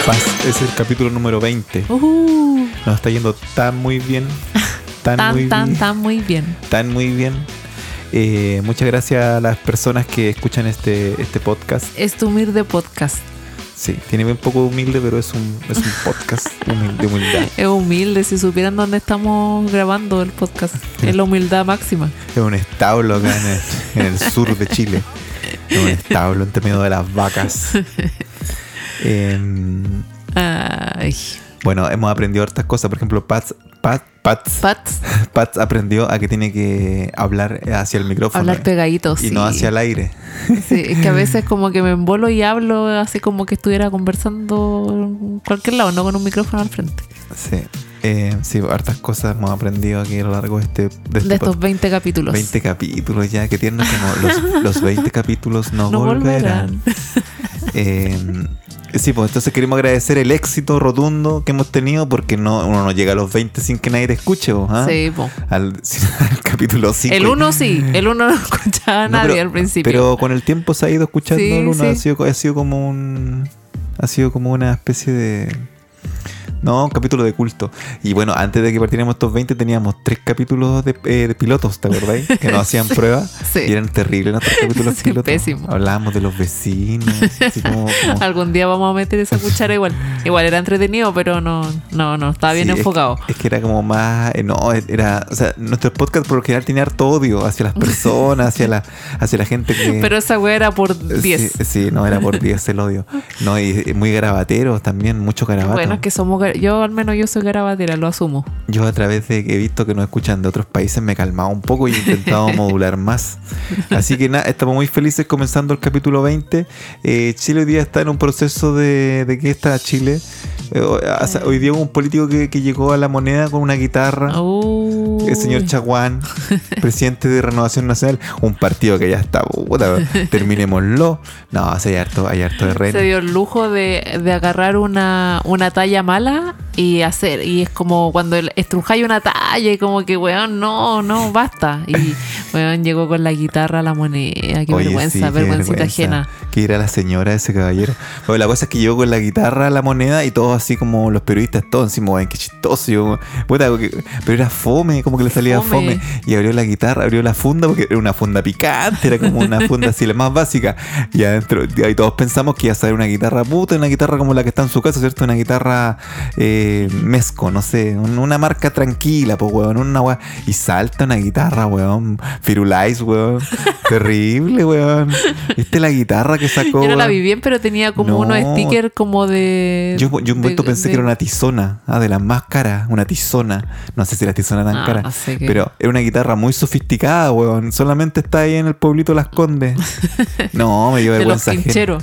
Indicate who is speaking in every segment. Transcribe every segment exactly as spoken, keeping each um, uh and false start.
Speaker 1: Paz es el capítulo número veinte.
Speaker 2: Uh-huh.
Speaker 1: Nos está yendo tan muy bien. Tan,
Speaker 2: tan,
Speaker 1: muy
Speaker 2: tan,
Speaker 1: bien,
Speaker 2: tan muy bien.
Speaker 1: Tan muy bien. Eh, muchas gracias a las personas que escuchan este, este podcast.
Speaker 2: Es tu humilde podcast.
Speaker 1: Sí, tiene un poco humilde, pero es un, es un podcast humilde, de humildad.
Speaker 2: Es humilde, si supieran dónde estamos grabando el podcast. Es la humildad máxima.
Speaker 1: Es un establo acá en el, en el sur de Chile. Es un establo entre medio de las vacas. Eh,
Speaker 2: Ay.
Speaker 1: Bueno, hemos aprendido hartas cosas. Por ejemplo, Pats, Pat, Pats,
Speaker 2: Pats.
Speaker 1: Pats aprendió a que tiene que hablar hacia el micrófono.
Speaker 2: Hablar pegadito, sí.
Speaker 1: Y no hacia el aire.
Speaker 2: Sí, es que a veces como que me embolo y hablo así como que estuviera conversando en cualquier lado, no con un micrófono al frente.
Speaker 1: Sí. Eh, sí, hartas cosas hemos aprendido aquí a lo largo de este... De, este
Speaker 2: de estos veinte capítulos.
Speaker 1: veinte capítulos ya, que tierno que no, los, los veinte capítulos no,
Speaker 2: no
Speaker 1: volverán.
Speaker 2: volverán.
Speaker 1: Eh, sí, pues entonces queremos agradecer el éxito rotundo que hemos tenido, porque no, uno no llega a los veinte sin que nadie te escuche, ¿ah?
Speaker 2: Sí, pues.
Speaker 1: Al, al capítulo cinco.
Speaker 2: El uno sí, el uno no escuchaba a
Speaker 1: no,
Speaker 2: nadie
Speaker 1: pero,
Speaker 2: al principio.
Speaker 1: Pero con el tiempo se ha ido escuchando
Speaker 2: sí,
Speaker 1: el uno,
Speaker 2: sí.
Speaker 1: ha, sido, ha sido como un... Ha sido como una especie de... No, un capítulo de culto. Y bueno, antes de que partiéramos estos veinte teníamos tres capítulos de, eh, de pilotos, ¿te acordáis? Que nos hacían
Speaker 2: sí,
Speaker 1: pruebas.
Speaker 2: Sí.
Speaker 1: Y eran terribles nuestros capítulos
Speaker 2: sí,
Speaker 1: pilotos.
Speaker 2: Pésimo.
Speaker 1: Hablábamos de los vecinos. Así como, como...
Speaker 2: Algún día vamos a meter esa cuchara igual. Igual era entretenido, pero no, no, no, estaba bien
Speaker 1: sí,
Speaker 2: enfocado.
Speaker 1: Es que, es que era como más... Eh, no, era... O sea, nuestro podcast por lo general tenía harto odio hacia las personas, hacia la, hacia la gente que...
Speaker 2: Pero esa wea era por diez.
Speaker 1: Sí, sí, no, era por diez el odio. No, y, y muy garabateros también, mucho garabato.
Speaker 2: Bueno, es que somos... Yo al menos yo soy garabatera, lo asumo.
Speaker 1: Yo a través de que he visto que nos escuchan de otros países me he calmado un poco y he intentado modular más. Así que nada, estamos muy felices comenzando el capítulo veinte. Eh, Chile hoy día está en un proceso de... ¿De qué está Chile? Eh, hoy día hubo un político que, que llegó a la moneda con una guitarra.
Speaker 2: Uy.
Speaker 1: El señor Chaguán, presidente de Renovación Nacional. Un partido que ya está, puta, terminémoslo. No, o sea, hay harto, hay harto de rey.
Speaker 2: Se dio el lujo de, de agarrar una, una talla mala y hacer, y es como cuando estrujáis una talla y como que, weón, no, no, basta. Y weón llegó con la guitarra a la moneda. Qué
Speaker 1: Oye,
Speaker 2: vergüenza,
Speaker 1: sí, qué
Speaker 2: vergüencita
Speaker 1: vergüenza.
Speaker 2: ajena.
Speaker 1: Que era la señora de ese caballero. Bueno, la cosa es que llegó con la guitarra a la moneda y todos así como los periodistas, todos encima, weón, qué chistoso. Yo, puta, que, pero era fome, como que le salía fome. fome. Y abrió la guitarra, abrió la funda, porque era una funda picante, era como una funda así, la más básica. Y adentro, y todos pensamos que iba a salir una guitarra puta, una guitarra como la que está en su casa, ¿cierto? Una guitarra eh, mezco, no sé, una marca tranquila, pues, weón, una weón. Y salta una guitarra, weón, Firulais, weón. Terrible, weón. Esta es la guitarra que sacó.
Speaker 2: Yo no la vi bien, pero tenía como
Speaker 1: no.
Speaker 2: unos stickers como de...
Speaker 1: Yo, yo un momento
Speaker 2: de,
Speaker 1: pensé
Speaker 2: de...
Speaker 1: que era una tizona, ah, de las más caras, una tizona. No sé si la tizona tan
Speaker 2: no,
Speaker 1: cara,
Speaker 2: no sé qué.
Speaker 1: pero era una guitarra muy sofisticada, weón. Solamente está ahí en el pueblito Las Condes. No, me dio vergüenza.
Speaker 2: De los quincheros.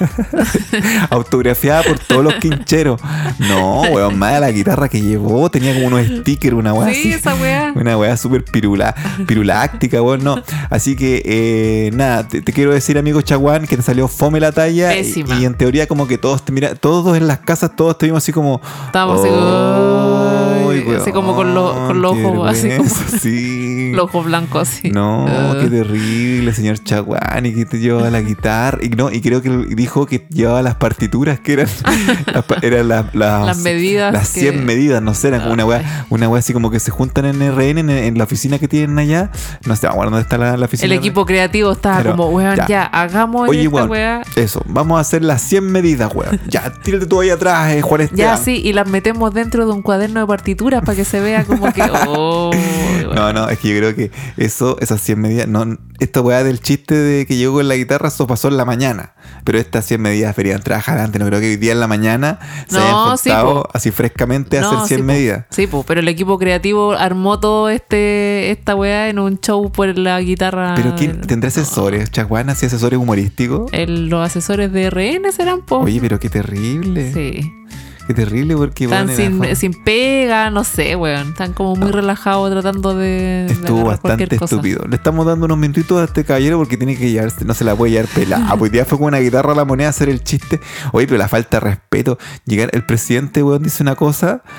Speaker 1: Autografiada por todos los quincheros. No, weón, más de la guitarra que llevó. Tenía como unos stickers, una weá
Speaker 2: sí,
Speaker 1: así.
Speaker 2: esa weá.
Speaker 1: Una weá súper pirula, piruláctica, weón, no. Así que, eh, nada, te, te quiero decir, amigo Chaguán, que te salió fome la talla. Y, y en teoría como que todos te mira, todos en las casas, todos te vimos así como...
Speaker 2: Estábamos así,
Speaker 1: oh,
Speaker 2: así, así como con, lo, con los ojos, así como...
Speaker 1: Sí.
Speaker 2: Los ojos blancos, así.
Speaker 1: No, uh. qué terrible, señor Chaguán, y que te llevaba la guitarra. Y no, y creo que dijo que llevaba las partituras, que eran, las, eran la, las,
Speaker 2: las medidas.
Speaker 1: Las cien que... medidas, no sé, eran como una weá, una weá así como que se juntan en R N, en, en la oficina que tienen allá. No sé, bueno, ¿dónde está la, la oficina?
Speaker 2: El equipo creativo estaba Pero, como, weón, ya, ya hagamos
Speaker 1: Oye,
Speaker 2: esta
Speaker 1: weón,
Speaker 2: weá.
Speaker 1: Eso, vamos a hacer las cien medidas, weón. Ya, tírate tú ahí atrás, eh, Juan Esteban.
Speaker 2: Ya, sí, y las metemos dentro de un cuaderno de partituras para que se vea como que, oh,
Speaker 1: bueno. No, no, es que yo creo que eso, esas cien medidas, no, esta weá del chiste de que llegó con la guitarra, eso pasó en la mañana. Pero estas cien medidas deberían trabajar antes. No creo que hoy día en la mañana se
Speaker 2: no,
Speaker 1: hayan juntado
Speaker 2: sí,
Speaker 1: así frescamente a
Speaker 2: no,
Speaker 1: hacer cien
Speaker 2: sí,
Speaker 1: medidas.
Speaker 2: Sí, po, pero el equipo creativo armó todo este esta weá en un show por la guitarra.
Speaker 1: ¿Pero quién tendrá asesores? No. ¿Chaguán hacía asesores humorísticos?
Speaker 2: El, los asesores de R N serán, po.
Speaker 1: Oye, pero qué terrible.
Speaker 2: Sí.
Speaker 1: Qué terrible porque...
Speaker 2: Están
Speaker 1: bueno,
Speaker 2: sin, sin pega, no sé, weón. Están como muy no. relajados tratando de...
Speaker 1: Estuvo
Speaker 2: de
Speaker 1: bastante estúpido. Le estamos dando unos minutitos a este caballero porque tiene que llevarse, no se la puede llevar pelada. Pues ya fue con una guitarra a la moneda a hacer el chiste. Oye, pero la falta de respeto. Llegar el presidente, weón, dice una cosa...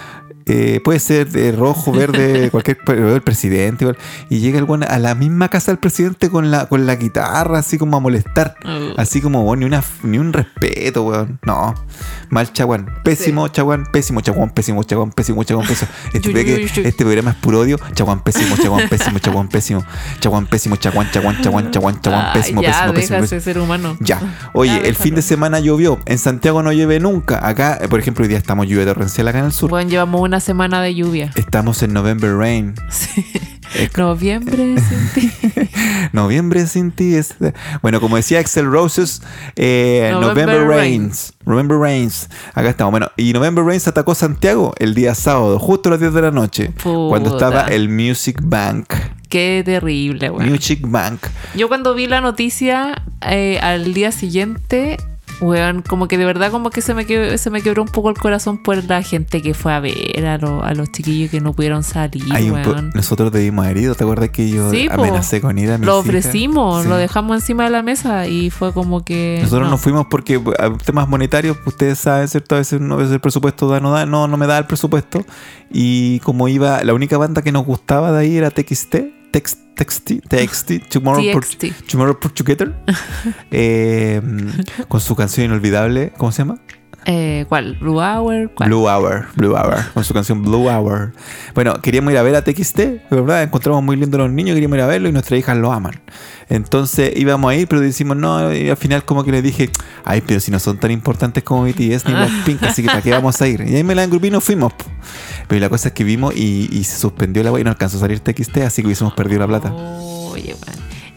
Speaker 1: eh, puede ser de rojo, verde, cualquier el presidente. Igual, y llega el weón a la misma casa del presidente con la, con la guitarra, así como a molestar. Uh. Así como, bueno, ni, una, ni un respeto, weón. No, mal chaguán. Pésimo sí. chaguán, pésimo chaguán, pésimo chaguán, pésimo chaguán, pésimo. Este, que, este programa es puro odio. Chaguán pésimo, chaguán pésimo, chaguán pésimo. Chaguán pésimo, chaguán, chaguán, chaguán, chaguán, chaguán pésimo,
Speaker 2: ya,
Speaker 1: pésimo, pésimo,
Speaker 2: pésimo. Ser humano.
Speaker 1: Ya. Oye, ya, el fin de semana llovió. En Santiago no llueve nunca. Acá, por ejemplo, hoy día estamos lluvia torrencial acá en el sur.
Speaker 2: Bueno, llevamos una semana de lluvia.
Speaker 1: Estamos en November Rain.
Speaker 2: Sí. Es... Noviembre sin ti.
Speaker 1: Noviembre sin ti. Es... Bueno, como decía Axl Roses, eh, November, November Rains. November Rains. Acá estamos. Bueno, y November Rains atacó Santiago el día sábado, justo a las diez de la noche. Puta. Cuando estaba el Music Bank.
Speaker 2: Qué terrible, güey.
Speaker 1: Music Bank.
Speaker 2: Yo cuando vi la noticia eh, al día siguiente, weón, como que de verdad como que se me, quebró, se me quebró un poco el corazón por la gente que fue a ver, a, lo, a los chiquillos que no pudieron salir, weón.
Speaker 1: Po- nosotros debimos haber ido, ¿te acuerdas que yo sí, amenacé con ir a mis
Speaker 2: Lo ofrecimos,
Speaker 1: sí.
Speaker 2: lo dejamos encima de la mesa y fue como que...
Speaker 1: Nosotros
Speaker 2: no.
Speaker 1: nos fuimos porque a temas monetarios, ustedes saben, ¿cierto? A veces, no, a veces el presupuesto da, no da, no, no me da el presupuesto. Y como iba, la única banda que nos gustaba de ahí era T X T. Text, texty, texty, tomorrow, por, tomorrow por Together, eh, con su canción inolvidable, ¿cómo se llama?
Speaker 2: Eh, ¿Cuál? Blue Hour. ¿Cuál?
Speaker 1: Blue Hour, Blue Hour, con su canción Blue Hour. Bueno, queríamos ir a ver a T X T, de verdad, encontramos muy lindo a los niños, queríamos ir a verlo y nuestras hijas lo aman. Entonces íbamos a ir, pero decimos no, y al final como que les dije, ay, pero si no son tan importantes como B T S ni Blackpink, así que ¿para qué vamos a ir? Y ahí me la engrupí y nos fuimos. Pero la cosa es que vimos y, y se suspendió la wea y no alcanzó a salir T X T, así que hubiésemos perdido la plata.
Speaker 2: Oye, man.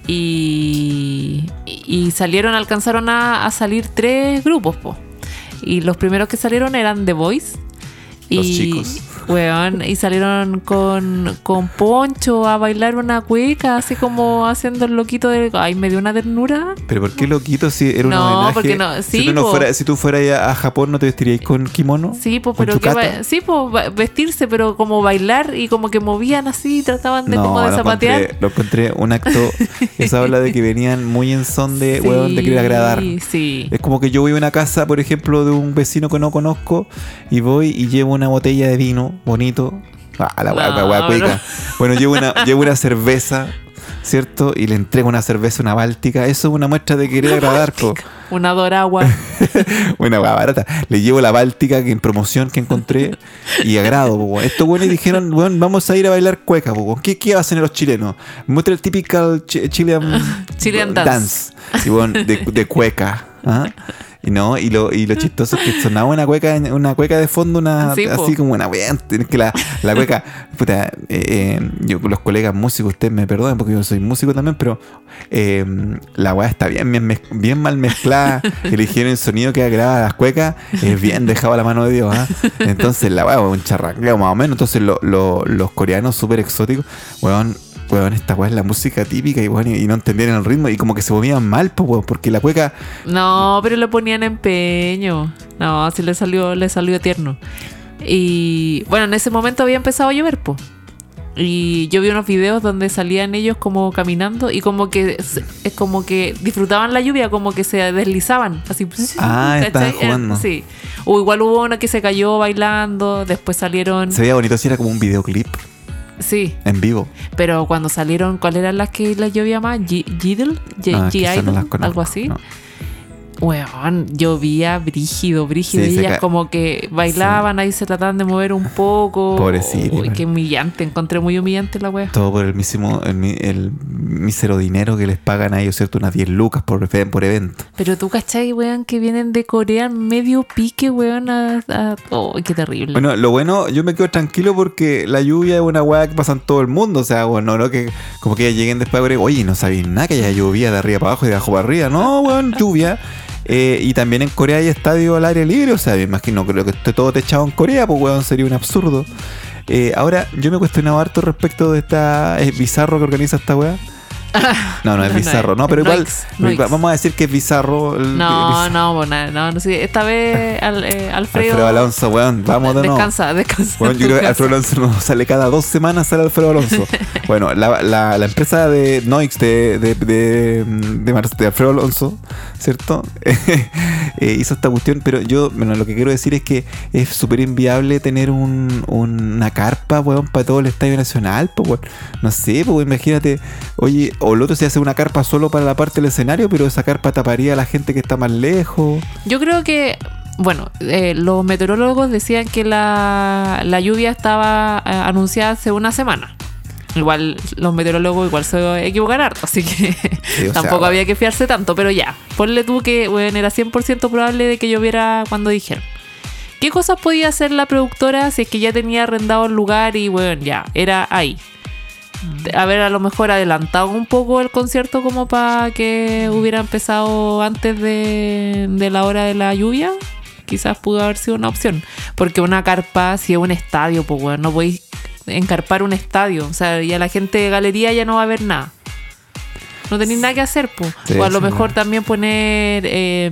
Speaker 2: Y, y salieron, alcanzaron a, a salir tres grupos, po. Y los primeros que salieron eran The Voice.
Speaker 1: Los
Speaker 2: y,
Speaker 1: chicos.
Speaker 2: Weón, y salieron con, con Poncho a bailar una cueca, así como haciendo el loquito de... Ay, me dio una ternura.
Speaker 1: ¿Pero por qué loquito si era un
Speaker 2: no,
Speaker 1: homenaje?
Speaker 2: Porque no, sí,
Speaker 1: si, tú no fuera, si tú fueras a Japón, ¿no te vestirías con kimono?
Speaker 2: Sí, pues, pero que va, sí, pues, vestirse, pero como bailar y como que movían así, trataban de
Speaker 1: no,
Speaker 2: como de
Speaker 1: lo
Speaker 2: zapatear.
Speaker 1: Encontré, lo encontré un acto, eso habla de que venían muy en son de, sí, weón, de querer agradar.
Speaker 2: Sí.
Speaker 1: Es como que yo voy a una casa, por ejemplo, de un vecino que no conozco y voy y llevo una botella de vino bonito. Ah, la
Speaker 2: no,
Speaker 1: hueá cuica. Bueno, llevo una, llevo una cerveza, ¿cierto? Y le entrego una cerveza, una báltica. Eso es una muestra de querer agradar, po.
Speaker 2: Una doragua.
Speaker 1: Una hueá barata. Le llevo la báltica que en promoción que encontré y agrado, po. Estos buenos dijeron, bueno, vamos a ir a bailar cueca, po. ¿Qué, qué hacen los chilenos? Muestra el typical ch- Chilean,
Speaker 2: Chilean dance.
Speaker 1: dance. Y bueno, de, de cueca. ¿Ah? Y no, y lo, y lo chistoso es que sonaba una cueca, una cueca de fondo, una sí, así como una weá. Que la, la cueca, puta, eh, eh, yo los colegas músicos, ustedes me perdonen porque yo soy músico también, pero eh, la weá está bien, bien, bien mal mezclada. Eligieron el sonido que grababa las cuecas, es bien dejado a la mano de Dios, ¿eh? Entonces la weá, un charranqueo más o menos. Entonces lo, lo, los coreanos súper exóticos, weón. Weón, esta weá es la música típica y, bueno, y no entendían el ritmo y como que se movían mal, po, weón, porque la cueca...
Speaker 2: No, pero le ponían empeño. No, así le salió, le salió tierno. Y bueno, en ese momento había empezado a llover, po. Y yo vi unos videos donde salían ellos como caminando y como que es como que disfrutaban la lluvia, como que se deslizaban así.
Speaker 1: Ah, estaban jugando.
Speaker 2: Sí. O igual hubo una que se cayó bailando, después salieron...
Speaker 1: Se veía bonito, así era como un videoclip.
Speaker 2: Sí.
Speaker 1: En vivo.
Speaker 2: Pero cuando salieron, ¿cuáles eran las que les llovía más? G-Idol,
Speaker 1: ah,
Speaker 2: G-Idol, no algo así.
Speaker 1: No.
Speaker 2: Weón, llovía brígido, brígido. Sí, y ellas ca- como que bailaban, sí. Ahí se trataban de mover un poco.
Speaker 1: Pobrecito.
Speaker 2: Uy, qué humillante, encontré muy humillante la wea.
Speaker 1: Todo por el mismo, el, el mísero dinero que les pagan a ellos, ¿cierto? Unas diez lucas por, por evento.
Speaker 2: Pero tú, ¿cachai, weón? Que vienen de Corea medio pique, weón. A, a... Oh, qué terrible.
Speaker 1: Bueno, lo bueno, yo me quedo tranquilo porque la lluvia es una weá que pasa en todo el mundo. O sea, bueno, no que como que lleguen después de Corea, oye, no sabéis nada que haya lluvia de arriba para abajo y de abajo para arriba. No, weón, lluvia. Eh, y también en Corea hay estadio al aire libre. O sea, me imagino que lo que esté todo techado en Corea, pues weón, sería un absurdo. Eh, ahora, yo me he cuestionado harto respecto de esta eh, bizarro que organiza esta weá. No, no es
Speaker 2: No, no
Speaker 1: bizarro.
Speaker 2: es-
Speaker 1: No, pero
Speaker 2: es
Speaker 1: igual
Speaker 2: Noix, Noix.
Speaker 1: vamos a decir que es bizarro. el-
Speaker 2: No,
Speaker 1: biz-
Speaker 2: no, bueno, no, no, sí, esta vez al, eh, Alfredo,
Speaker 1: Alfredo Alonso, weón, vamos de nuevo.
Speaker 2: descansa, descansa.
Speaker 1: Bueno,
Speaker 2: en
Speaker 1: yo
Speaker 2: tu
Speaker 1: creo que
Speaker 2: casa.
Speaker 1: Alfredo Alonso no sale cada dos semanas, sale Alfredo Alonso. Bueno, la, la, la empresa de Noix de, de, de, de, Mar- de Alfredo Alonso, ¿cierto? Eh, hizo esta cuestión, pero yo, bueno, lo que quiero decir es que es súper inviable tener un, un- una carpa, weón, para todo el Estadio Nacional, pues, weón. No sé, pues, imagínate, oye, o el otro se hace una carpa solo para la parte del escenario, pero esa carpa taparía a la gente que está más lejos.
Speaker 2: Yo creo que, bueno, eh, los meteorólogos decían que la, la lluvia estaba eh, anunciada hace una semana. Igual los meteorólogos igual se equivocan harto, así que
Speaker 1: Sí, o
Speaker 2: tampoco
Speaker 1: sea,
Speaker 2: había que fiarse tanto, pero ya, ponle tú que bueno, era cien por ciento probable de que lloviera cuando dijeron. ¿Qué cosas podía hacer la productora si es que ya tenía arrendado el lugar y bueno, ya, era ahí? Haber a lo mejor adelantado un poco el concierto como para que hubiera empezado antes de, de la hora de la lluvia. Quizás pudo haber sido una opción. Porque una carpa, si es un estadio, pues bueno, no podéis encarpar un estadio. O sea, ya la gente de galería ya no va a ver nada. No tenéis nada que hacer, pues.
Speaker 1: Sí,
Speaker 2: o a lo
Speaker 1: sí,
Speaker 2: mejor
Speaker 1: no.
Speaker 2: también poner eh,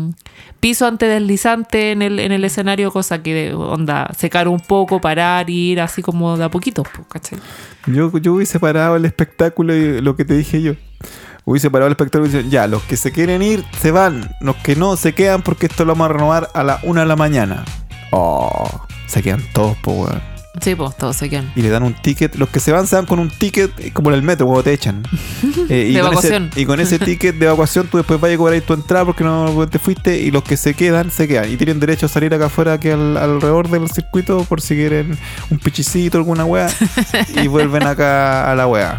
Speaker 2: piso antideslizante en el, en el escenario, cosa que onda, secar un poco, parar y ir así como de a poquito, pues, ¿cachai?
Speaker 1: Yo, yo hubiese parado el espectáculo y lo que te dije yo. Hubiese parado el espectáculo y dice, ya, los que se quieren ir se van, los que no se quedan porque esto lo vamos a renovar a la una de la mañana. Oh, se quedan todos, po, weón.
Speaker 2: Sí, pues todos se quedan.
Speaker 1: Y le dan un ticket. Los que se van, se van con un ticket eh, como en el metro, cuando te echan. Eh, y
Speaker 2: De
Speaker 1: con
Speaker 2: evacuación.
Speaker 1: Ese, y con ese ticket de evacuación tú después vas a cobrar tu entrada porque no te fuiste. Y los que se quedan, se quedan. Y tienen derecho a salir acá afuera, aquí al, alrededor del circuito, por si quieren un pichicito, alguna wea. Y vuelven acá a la wea.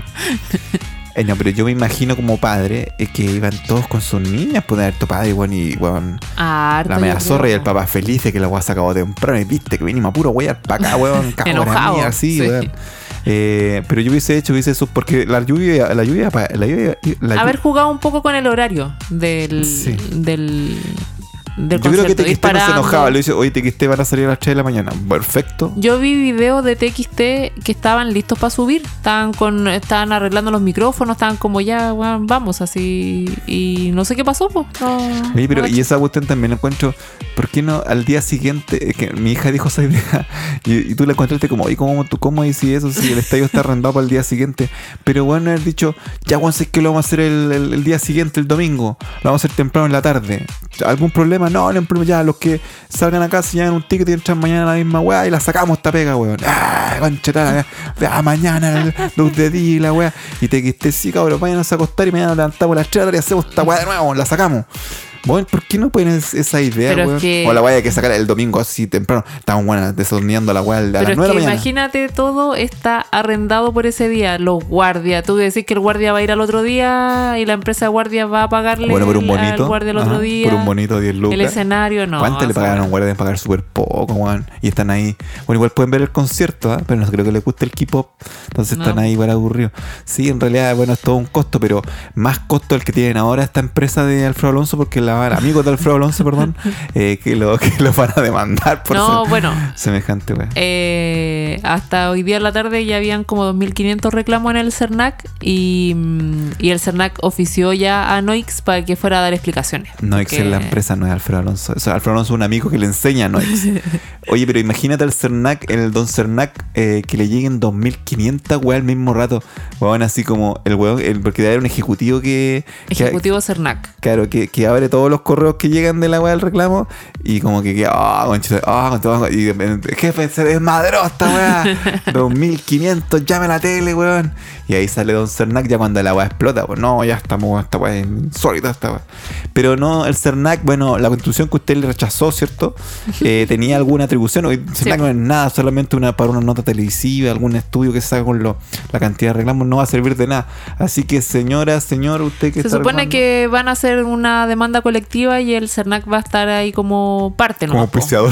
Speaker 1: Eh, no, pero yo me imagino como padre eh, que iban todos con sus niñas, poder tu padre, weón, y weón,
Speaker 2: Harto,
Speaker 1: la
Speaker 2: yo
Speaker 1: media
Speaker 2: creo.
Speaker 1: zorra y el papá feliz de que la weá se acabó temprano. Y viste que vinimos a puro wear para acá, weón, cabrón,
Speaker 2: Enojado,
Speaker 1: mía, así,
Speaker 2: sí.
Speaker 1: weón. Eh, pero yo hubiese hecho, hubiese eso, porque la lluvia, la lluvia, pa- la lluvia, la
Speaker 2: Haber
Speaker 1: llu-
Speaker 2: jugado un poco con el horario del,
Speaker 1: Sí.
Speaker 2: del, del
Speaker 1: yo creo que
Speaker 2: concierto,
Speaker 1: T X T no se
Speaker 2: disparando.
Speaker 1: enojaba, le dice, oye, T X T van a salir a las tres de la mañana. Perfecto.
Speaker 2: Yo vi videos de T X T que estaban listos para subir, estaban con, estaban arreglando los micrófonos, estaban como ya, weón, vamos así, y no sé qué pasó, pues. No,
Speaker 1: Oye, pero
Speaker 2: no
Speaker 1: y esa cuestión también la encuentro, ¿por qué no al día siguiente? Es que mi hija dijo esa idea y, y tú la encontraste como, oye, ¿cómo, tú, ¿cómo dices eso si el estadio está arrendado para el día siguiente? Pero bueno, haber dicho, ya, Juan, sé que lo vamos a hacer el, el- el día siguiente, el domingo, lo vamos a hacer temprano en la tarde. ¿Algún problema? No, no hay problema, ya, los que salgan acá se llevan un ticket y entran mañana a la misma weá y la sacamos esta pega, weón. Ah, conchetada, ya, mañana, luz de día y la weá. Y te quiste, sí, cabrón, vayan a acostar y mañana levantamos las tres de la tarde y hacemos esta weá de nuevo, la sacamos. Bueno, ¿por qué no ponen es- esa idea,
Speaker 2: Pero es
Speaker 1: weón?
Speaker 2: que-
Speaker 1: O la vaya que sacar el domingo así temprano. Estamos buenas desorneando la weá a las
Speaker 2: Pero es
Speaker 1: nueve de
Speaker 2: que
Speaker 1: la mañana.
Speaker 2: imagínate, todo está arrendado por ese día. Los guardias, tú decís que el guardia va a ir al otro día y la empresa de guardia va a pagarle
Speaker 1: Bueno, por un
Speaker 2: al-
Speaker 1: bonito.
Speaker 2: al guardia el otro
Speaker 1: ajá,
Speaker 2: día.
Speaker 1: Por un bonito diez lucas.
Speaker 2: El escenario, no.
Speaker 1: ¿Cuánto le
Speaker 2: o sea,
Speaker 1: pagaron a un guardia? Deben pagar súper poco, weón. Y están ahí. Bueno, igual pueden ver el concierto, ¿ah? Pero no creo que les guste el K-pop. Entonces
Speaker 2: No.
Speaker 1: están ahí igual aburridos. Sí, en realidad, bueno, es todo un costo, pero más costo el que tienen ahora esta empresa de Alfredo Alonso, porque la van, amigos de Alfredo Alonso, perdón, eh, que, lo, que lo van a demandar por
Speaker 2: No,
Speaker 1: sem-
Speaker 2: bueno.
Speaker 1: semejante, weón.
Speaker 2: Eh, hasta hoy día en la tarde ya habían como dos mil quinientos reclamos en el CERNAC y, mm, y el CERNAC ofició ya a Noix para que fuera a dar explicaciones.
Speaker 1: Noix
Speaker 2: Porque-
Speaker 1: es la empresa, no es Alfredo Alonso. O sea, Alfredo Alonso es un amigo que le enseña a Noix. Oye, pero imagínate al Cernac, en el Don Cernac, eh, que le lleguen dos mil quinientas weá al mismo rato. Weón, así como el weón, el, porque debe haber un ejecutivo que. que-
Speaker 2: Ejecutivo CERNAC.
Speaker 1: Claro, que, que abre todos los correos que llegan de la weá del reclamo y como que queda, ah, conchita, ah, conchita, y de- jefe, se desmadró esta weá, dos mil quinientos, llame a la tele, weón. Y ahí sale Don Cernac ya cuando la weá explota, pues no, ya estamos, esta weá es insólita esta weá. Pero no, el Cernac, bueno, la constitución que usted le rechazó, ¿cierto? Eh, tenía alguna atribución, hoy Cernac
Speaker 2: Sí.
Speaker 1: no es nada, solamente una para una nota televisiva, algún estudio que se saca con lo, la cantidad de reclamos, no va a servir de nada. Así que señora, señor, usted que
Speaker 2: Se
Speaker 1: está
Speaker 2: supone
Speaker 1: reclamando-
Speaker 2: que van a hacer una demanda colectiva y el CERNAC va a estar ahí como parte, ¿no?
Speaker 1: Como auspiciador.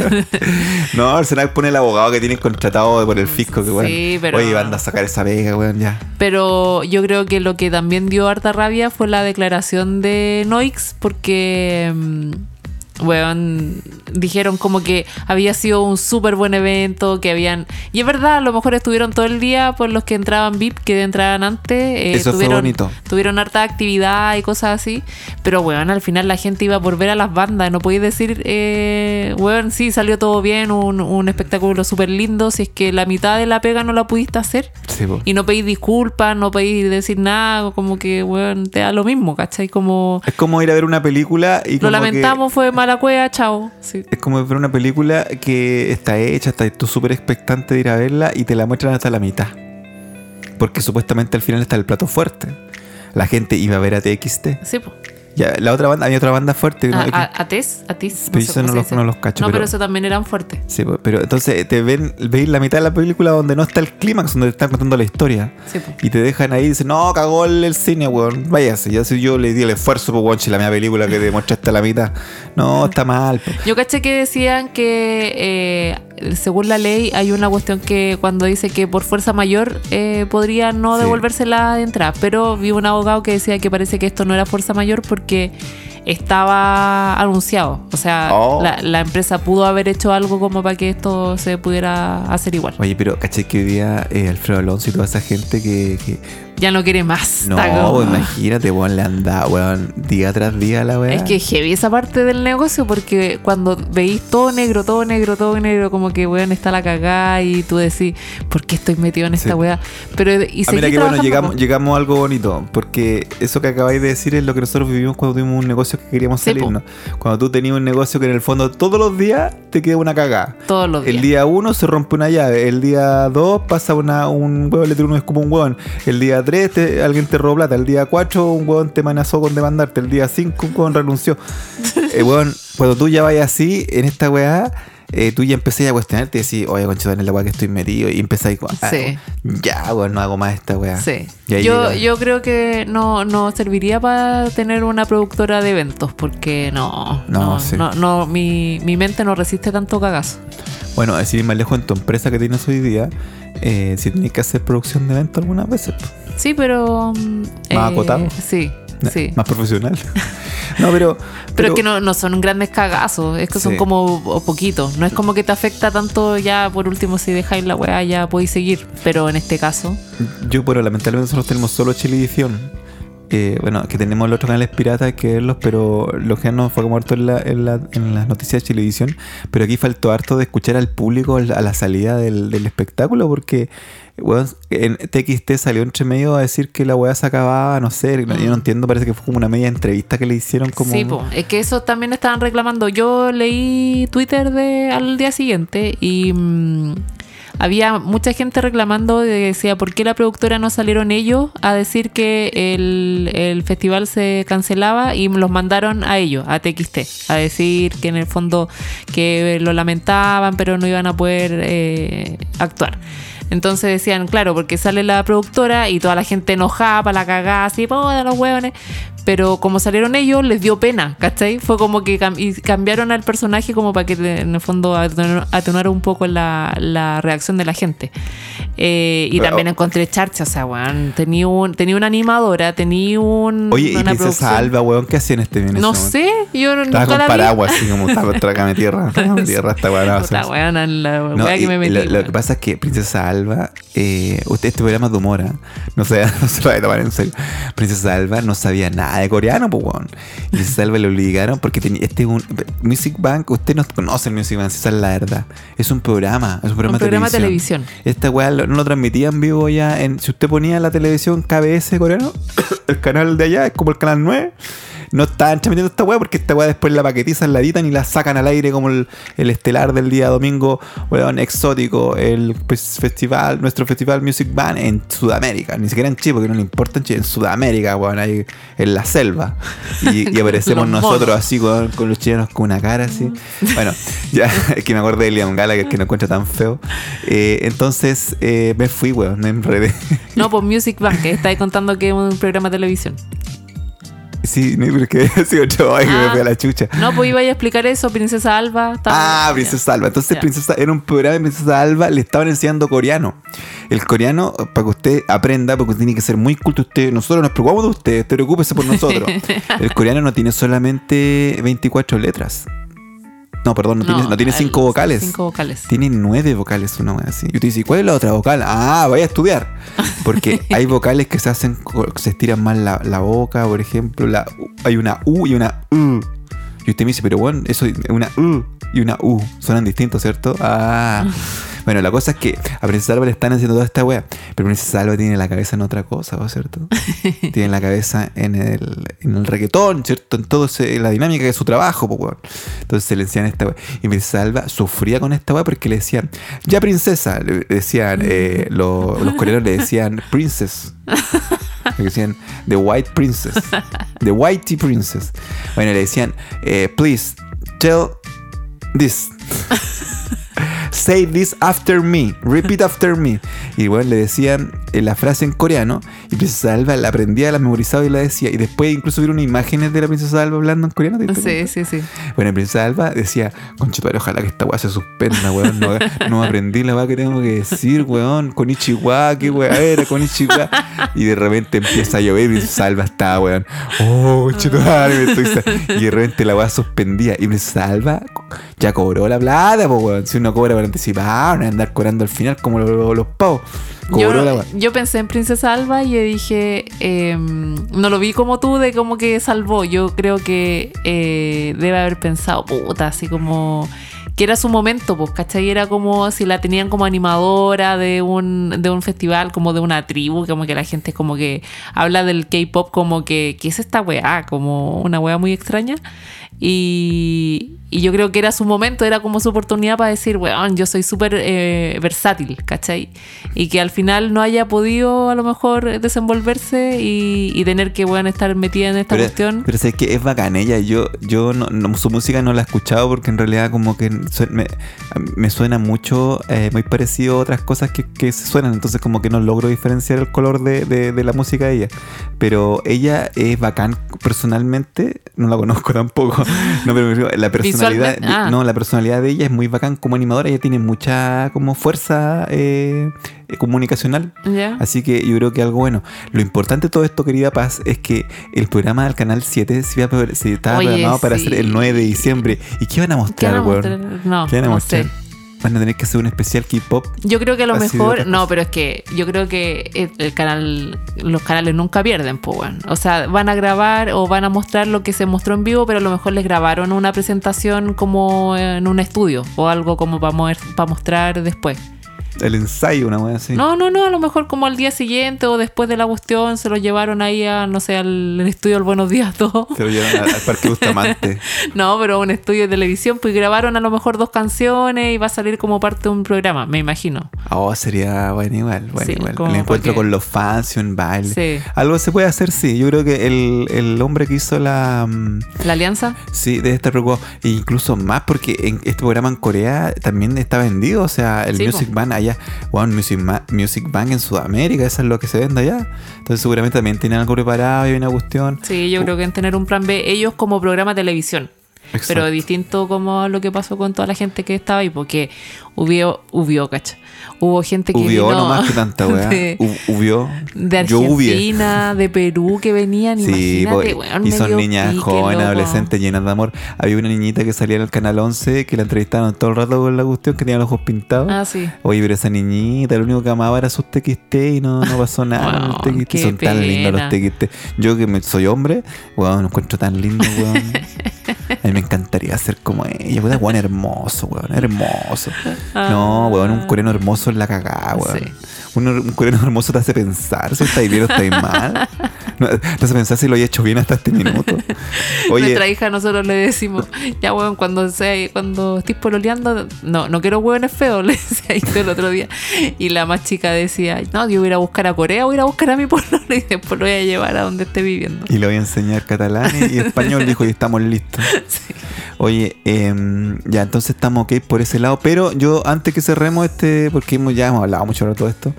Speaker 1: No, el Senac pone el abogado que tienen contratado por el fisco. Que, weón,
Speaker 2: Sí, pero-
Speaker 1: oye, van a sacar esa vega, weón, ya.
Speaker 2: Pero yo creo que lo que también dio harta rabia fue la declaración de Noix, porque mm, weón, dijeron como que había sido un súper buen evento, que habían... Y es verdad, a lo mejor estuvieron todo el día por los que entraban V I P, que entraban antes. Eh,
Speaker 1: Eso
Speaker 2: tuvieron,
Speaker 1: fue bonito.
Speaker 2: Tuvieron harta actividad y cosas así. Pero, weón, al final la gente iba por ver a las bandas. No podéis decir, eh, weón, sí, salió todo bien, un, un espectáculo súper lindo. Si es que la mitad de la pega no la pudiste hacer.
Speaker 1: Sí, po.
Speaker 2: Y no pedís disculpas, no pedís decir nada, como que, weón, te da lo mismo, ¿cachai? Como...
Speaker 1: Es como ir a ver una película y
Speaker 2: Lo
Speaker 1: como
Speaker 2: lamentamos,
Speaker 1: que...
Speaker 2: fue mala cueva, chao. Sí.
Speaker 1: Es como ver una película que está hecha, estás tú súper expectante de ir a verla y te la muestran hasta la mitad. Porque supuestamente al final está el plato fuerte. La gente iba a ver a T X T.
Speaker 2: Sí, pues.
Speaker 1: Ya, la otra banda, había otra banda fuerte. ¿no?
Speaker 2: A, a, Ates, Atis.
Speaker 1: Pero eso no, los, no los cacho.
Speaker 2: No,
Speaker 1: pero,
Speaker 2: pero eso también eran fuertes.
Speaker 1: Sí, pues, pero entonces te ven, veis la mitad de la película donde no está el clímax, donde te están contando la historia.
Speaker 2: Sí, pues.
Speaker 1: Y te dejan ahí y dicen, no, cagó el, el cine, weón. Váyase. Ya si yo le di el esfuerzo, pues, weón, si la media película que te mostraste a la mitad. No, está mal. Pues.
Speaker 2: Yo caché que decían que eh, según la ley hay una cuestión que cuando dice que por fuerza mayor eh, podría no
Speaker 1: Sí.
Speaker 2: devolvérsela de entrada. Pero vi un abogado que decía que parece que esto no era fuerza mayor porque estaba anunciado. O sea,
Speaker 1: Oh.
Speaker 2: la, la empresa pudo haber hecho algo como para que esto se pudiera hacer igual.
Speaker 1: Oye, pero caché que hoy día eh, Alfredo Alonso y toda esa gente que... que
Speaker 2: Ya no quiere más.
Speaker 1: no,
Speaker 2: Está como-
Speaker 1: pues, imagínate, weón, le anda, weón, día tras día a la weá.
Speaker 2: Es que heavy esa parte del negocio porque cuando veís todo negro, todo negro, todo negro, como que weón está la cagada y tú decís, ¿por qué estoy metido en esta
Speaker 1: Sí.
Speaker 2: weá? Pero y
Speaker 1: Ah, mira
Speaker 2: seguí
Speaker 1: que bueno,
Speaker 2: trabajando,
Speaker 1: llegamos,
Speaker 2: po.
Speaker 1: llegamos a algo bonito, porque eso que acabáis de decir es lo que nosotros vivimos cuando tuvimos un negocio que queríamos
Speaker 2: Sí,
Speaker 1: salir,
Speaker 2: po.
Speaker 1: ¿no? Cuando tú tenías un negocio que en el fondo todos los días te queda una cagada.
Speaker 2: Todos los días.
Speaker 1: El día uno se rompe una llave, el día dos pasa una, un huevo, le tira uno escupa un huevón, el día tres te, alguien te robó plata, el día cuatro un huevón te amenazó con demandarte, el día cinco un huevón renunció. Eh, huevón, cuando tú ya vayas así en esta weá, eh, tú ya empecé a cuestionarte y decís, oye, conchito, en la weá que estoy metido, y empezáis con, ah,
Speaker 2: Sí.
Speaker 1: ya, weón, no hago más esta weá.
Speaker 2: Sí.
Speaker 1: Y ahí
Speaker 2: Yo,
Speaker 1: llega.
Speaker 2: yo creo que no, no serviría para tener una productora de eventos porque no,
Speaker 1: No,
Speaker 2: no,
Speaker 1: sí.
Speaker 2: no, no, mi, mi mente no resiste tanto cagazo.
Speaker 1: Bueno, decir más lejos en tu empresa que tienes hoy día, eh, si tienes que hacer producción de eventos algunas veces, pues,
Speaker 2: Sí, pero... mm,
Speaker 1: ¿Más acotado?
Speaker 2: Sí, sí.
Speaker 1: más profesional. No, pero,
Speaker 2: Pero es que no, no son grandes cagazos, es que son
Speaker 1: Sí.
Speaker 2: como o poquitos. No es como que te afecta tanto ya, por último, si dejáis la weá ya podéis seguir. Pero en este caso,
Speaker 1: yo, bueno, lamentablemente nosotros tenemos solo Chilevisión. Eh, bueno, que tenemos los otros canales piratas que verlos, pero lo que nos fue como harto en, la, en, la, en las noticias de Chilevisión. Pero aquí faltó harto de escuchar al público a la salida del, del espectáculo, porque weón, en T X T salió entre medio a decir que la weá se acababa, no sé,
Speaker 2: Mm.
Speaker 1: yo no entiendo, parece que fue como una media entrevista que le hicieron como...
Speaker 2: sí, po, es que eso también estaban reclamando. Yo leí Twitter de, al día siguiente y mm, había mucha gente reclamando, de- decía, ¿por qué la productora no salieron ellos a decir que el, el festival se cancelaba y los mandaron a ellos, a T X T, a decir que en el fondo que lo lamentaban pero no iban a poder eh, actuar? Entonces decían, claro, porque sale la productora y toda la gente enojada para la cagada, así, ¡poda los hueones! Pero como salieron ellos, les dio pena, ¿cachai? Fue como que cam- y cambiaron al personaje como para que en el fondo atenuara atenuara un poco la, la reacción de la gente. Eh, y
Speaker 1: Pero-
Speaker 2: también encontré charcha, o sea, weón, tenía, un, tenía una animadora, tenía un,
Speaker 1: Oye, ¿y
Speaker 2: una
Speaker 1: Princesa
Speaker 2: producción.
Speaker 1: Alba, weón, qué hacía en este en
Speaker 2: No
Speaker 1: ese momento?
Speaker 2: sé, yo
Speaker 1: Estaba
Speaker 2: nunca
Speaker 1: con
Speaker 2: la vi.
Speaker 1: paraguas, así como estaba, trágame tierra, trágame tierra, esta weá no va a
Speaker 2: Puta,
Speaker 1: ser.
Speaker 2: weón, en la
Speaker 1: No,
Speaker 2: weá
Speaker 1: y-
Speaker 2: que me
Speaker 1: y
Speaker 2: metí.
Speaker 1: lo, lo
Speaker 2: weón.
Speaker 1: que pasa es que Princesa Alba, eh, usted este programa es de humor, ¿eh? no, sé, no se lo va a tomar en serio. Princesa Alba no sabía nada de coreano, pues, weón. Y Princesa Alba le obligaron porque tenía este es un Music Bank, usted no conoce el Music Bank, si esa es la verdad. Es un programa, es un programa,
Speaker 2: Un programa de
Speaker 1: de televisión.
Speaker 2: televisión.
Speaker 1: Esta weá lo- no lo transmitía en vivo ya. En, si usted ponía la televisión K B S coreano, el canal de allá es como el canal nueve. No estaban transmitiendo esta weá porque esta weá después la paquetizan, la editan y la sacan al aire como el, el estelar del día domingo, weón, exótico, el pues, festival, nuestro festival Music Band en Sudamérica, ni siquiera en Chile porque no le importa en Chile, en Sudamérica, weón, ahí en la selva. Y, y aparecemos
Speaker 2: Los
Speaker 1: nosotros
Speaker 2: monos.
Speaker 1: así con, con los chilenos con una cara así. Bueno, ya es que me acordé de Liam Gallagher que, que no encuentra tan feo. Eh, entonces eh, me fui, weón, me enredé.
Speaker 2: No, pues Music Bank, que está ahí contando que es un programa de televisión.
Speaker 1: Sí, no, pero que sí, otro, ay, que me fui a la chucha.
Speaker 2: No, pues iba a explicar eso, Princesa Alba. estaba-
Speaker 1: Ah, Princesa Alba. Entonces,
Speaker 2: Ya.
Speaker 1: Princesa, era un programa de Princesa Alba, le estaban enseñando coreano. El coreano, para que usted aprenda, porque tiene que ser muy culto usted. Nosotros nos preocupamos de usted, preocúpese por nosotros. El coreano no tiene solamente veinticuatro letras. No, perdón, no,
Speaker 2: No,
Speaker 1: tiene, no tiene cinco
Speaker 2: el-
Speaker 1: vocales.
Speaker 2: Cinco vocales.
Speaker 1: Tiene nueve vocales, una vez así. Y tú dices, ¿cuál es la otra vocal? Ah, vaya a estudiar. Porque hay vocales que se hacen, se estiran más la, la boca, por ejemplo. La, hay una U y una U. Y usted me dice, pero bueno, eso es una U y una U. Suenan distintos, ¿cierto? Ah. Bueno, la cosa es que a Princesa Alba le están haciendo toda esta wea. Pero Princesa Alba tiene la cabeza en otra cosa, ¿no? ¿Cierto? Tiene la cabeza en el, en el reggaetón, ¿cierto? En todo ese, la dinámica de su trabajo, pues, weón. Entonces se le decían esta wea. Y Princesa Alba sufría con esta wea porque le decían, ya princesa. Le decían, eh, lo, los coreanos le decían princess. Le decían The White Princess. The Whitey Princess. Bueno, le decían, eh, please, tell this. Say this after me. Repeat after me. Y bueno, le decían eh, la frase en coreano. Y Princesa Alba la aprendía, la memorizaba y la decía. Y después incluso vieron imágenes de la Princesa Alba hablando en coreano. ¿Te
Speaker 2: Sí, sí, sí.
Speaker 1: Bueno, Princesa Alba decía, conchetuare, ojalá que esta weá se suspenda, weón. No, no aprendí la weá que tengo que decir, weón. Konichiwa, qué weá era, Konichiwa. Y de repente empieza a llover y Princesa Alba está, weón. Oh, conchetuare, me estoy... Y de repente la weá suspendía. Y Princesa Alba ya cobró la plata, pues, weón. Si uno cobra por anticipado, no es andar cobrando al final como los, los pavos.
Speaker 2: Yo,
Speaker 1: Cobró la weá.
Speaker 2: yo pensé en Princesa Alba y yo dije, eh, no lo vi como tú de como que salvó. Yo creo que eh, debe haber pensado, puta, así como que era su momento, pues, ¿cachai? Era como si la tenían como animadora de un, de un festival, como de una tribu, como que la gente como que habla del K-pop como que, ¿qué es esta weá? Como una weá muy extraña. Y, y yo creo que era su momento, era como su oportunidad para decir, weón, yo soy súper eh, versátil, ¿cachai? Y que al final no haya podido a lo mejor desenvolverse y, y tener que, weón, estar metida en esta
Speaker 1: Pero,
Speaker 2: cuestión.
Speaker 1: pero sé que es bacán ella. Yo, yo no, no- su música no la he escuchado porque en realidad como que sue- me, me suena mucho, eh, muy parecido a otras cosas que, que se suenan. Entonces como que no logro diferenciar el color de, de, de la música de ella. Pero ella es bacán personalmente. No la conozco tampoco. No, pero la personalidad,
Speaker 2: Visualmente, ah.
Speaker 1: no, la personalidad de ella es muy bacán como animadora. Ella tiene mucha como fuerza eh, eh, comunicacional.
Speaker 2: ¿Ya?
Speaker 1: Así que yo creo que algo bueno. Lo importante de todo esto, querida Paz, es que el programa del Canal siete se, iba a pro- se estaba
Speaker 2: Oye,
Speaker 1: programado para
Speaker 2: sí.
Speaker 1: hacer el nueve de diciembre. ¿Y qué van a
Speaker 2: ¿Qué
Speaker 1: mostrar,
Speaker 2: van a
Speaker 1: weón?
Speaker 2: mostrar? No,
Speaker 1: ¿Qué van a
Speaker 2: no
Speaker 1: mostrar?
Speaker 2: sé.
Speaker 1: Van a tener que hacer un especial K-pop.
Speaker 2: Yo creo que a lo
Speaker 1: Así de
Speaker 2: mejor,
Speaker 1: otra
Speaker 2: no,
Speaker 1: cosa.
Speaker 2: pero es que yo creo que el, el canal, los canales nunca pierden, pues, bueno. O sea, van a grabar o van a mostrar lo que se mostró en vivo, pero a lo mejor les grabaron una presentación como en un estudio o algo como para, mover, para mostrar después.
Speaker 1: El ensayo, una wea así.
Speaker 2: No, no, no, a lo mejor como al día siguiente o después de la cuestión se lo llevaron ahí a, no sé, al estudio del Buenos Días todo.
Speaker 1: Se lo llevan al, al Parque Bustamante.
Speaker 2: No, pero un estudio de televisión, pues grabaron a lo mejor dos canciones y va a salir como parte de un programa, me imagino.
Speaker 1: Oh, sería bueno igual. Bueno,
Speaker 2: Sí,
Speaker 1: igual.
Speaker 2: como
Speaker 1: El encuentro
Speaker 2: porque-
Speaker 1: con los fans y un baile.
Speaker 2: Sí.
Speaker 1: Algo se puede hacer, sí. Yo creo que el, el hombre que hizo la... mm,
Speaker 2: ¿La alianza?
Speaker 1: Sí, debe estar preocupado. E incluso más porque en este programa en Corea también está vendido. O sea, el
Speaker 2: Sí,
Speaker 1: Music
Speaker 2: po.
Speaker 1: Bank allá, bueno, Music, Ma- Music Bank en Sudamérica, eso es lo que se vende allá. Entonces seguramente también tienen algo preparado y hay una cuestión.
Speaker 2: Sí, yo creo que en tener un plan B, ellos como programa de televisión.
Speaker 1: Exacto.
Speaker 2: Pero distinto como lo que pasó con toda la gente que estaba ahí, porque hubo, hubo, cacha. Hubo gente que
Speaker 1: Hubió
Speaker 2: vino
Speaker 1: nomás que tanta weá.
Speaker 2: de,
Speaker 1: Hu- Hubió.
Speaker 2: de
Speaker 1: Yo hubié.
Speaker 2: Argentina, de Perú que venían,
Speaker 1: Sí,
Speaker 2: imagínate,
Speaker 1: po,
Speaker 2: weón,
Speaker 1: y
Speaker 2: me
Speaker 1: son
Speaker 2: dio
Speaker 1: niñas
Speaker 2: pique,
Speaker 1: jóvenes,
Speaker 2: loco.
Speaker 1: adolescentes, llenas de amor. Había una niñita que salía en el canal once que la entrevistaron todo el rato con la cuestión, que tenía los ojos pintados.
Speaker 2: Ah, sí.
Speaker 1: Oye, pero esa niñita, lo único que amaba era sus T X T y no, no pasó nada con
Speaker 2: Weón,
Speaker 1: los T X T.
Speaker 2: qué
Speaker 1: Son tan lindos los
Speaker 2: pena.
Speaker 1: T X T. Yo que me- soy hombre, weón, lo encuentro tan lindo, weón. A mí me encantaría ser como ella, weón, weón hermoso, weón, hermoso. No, weón, un coreano hermoso es la cagada, weón.
Speaker 2: Sí.
Speaker 1: Un, un coreano hermoso te hace pensar si estáis bien o estáis mal. No, te hace pensar si lo he hecho bien hasta este minuto. Oye,
Speaker 2: Nuestra hija nosotros le decimos, ya weón, cuando sea, cuando estés pololeando, no, no quiero hueones feos, le decía ahí todo el otro día. Y la más chica decía, no, yo voy a ir a buscar a Corea, voy a ir a buscar a mi pololo y después lo voy a llevar a donde esté viviendo.
Speaker 1: y le voy a enseñar catalán y español, dijo, y estamos listos.
Speaker 2: Sí.
Speaker 1: Oye, em, ya entonces estamos ok por ese lado, pero yo antes que cerremos este, porque hemos, ya hemos hablado mucho de todo esto,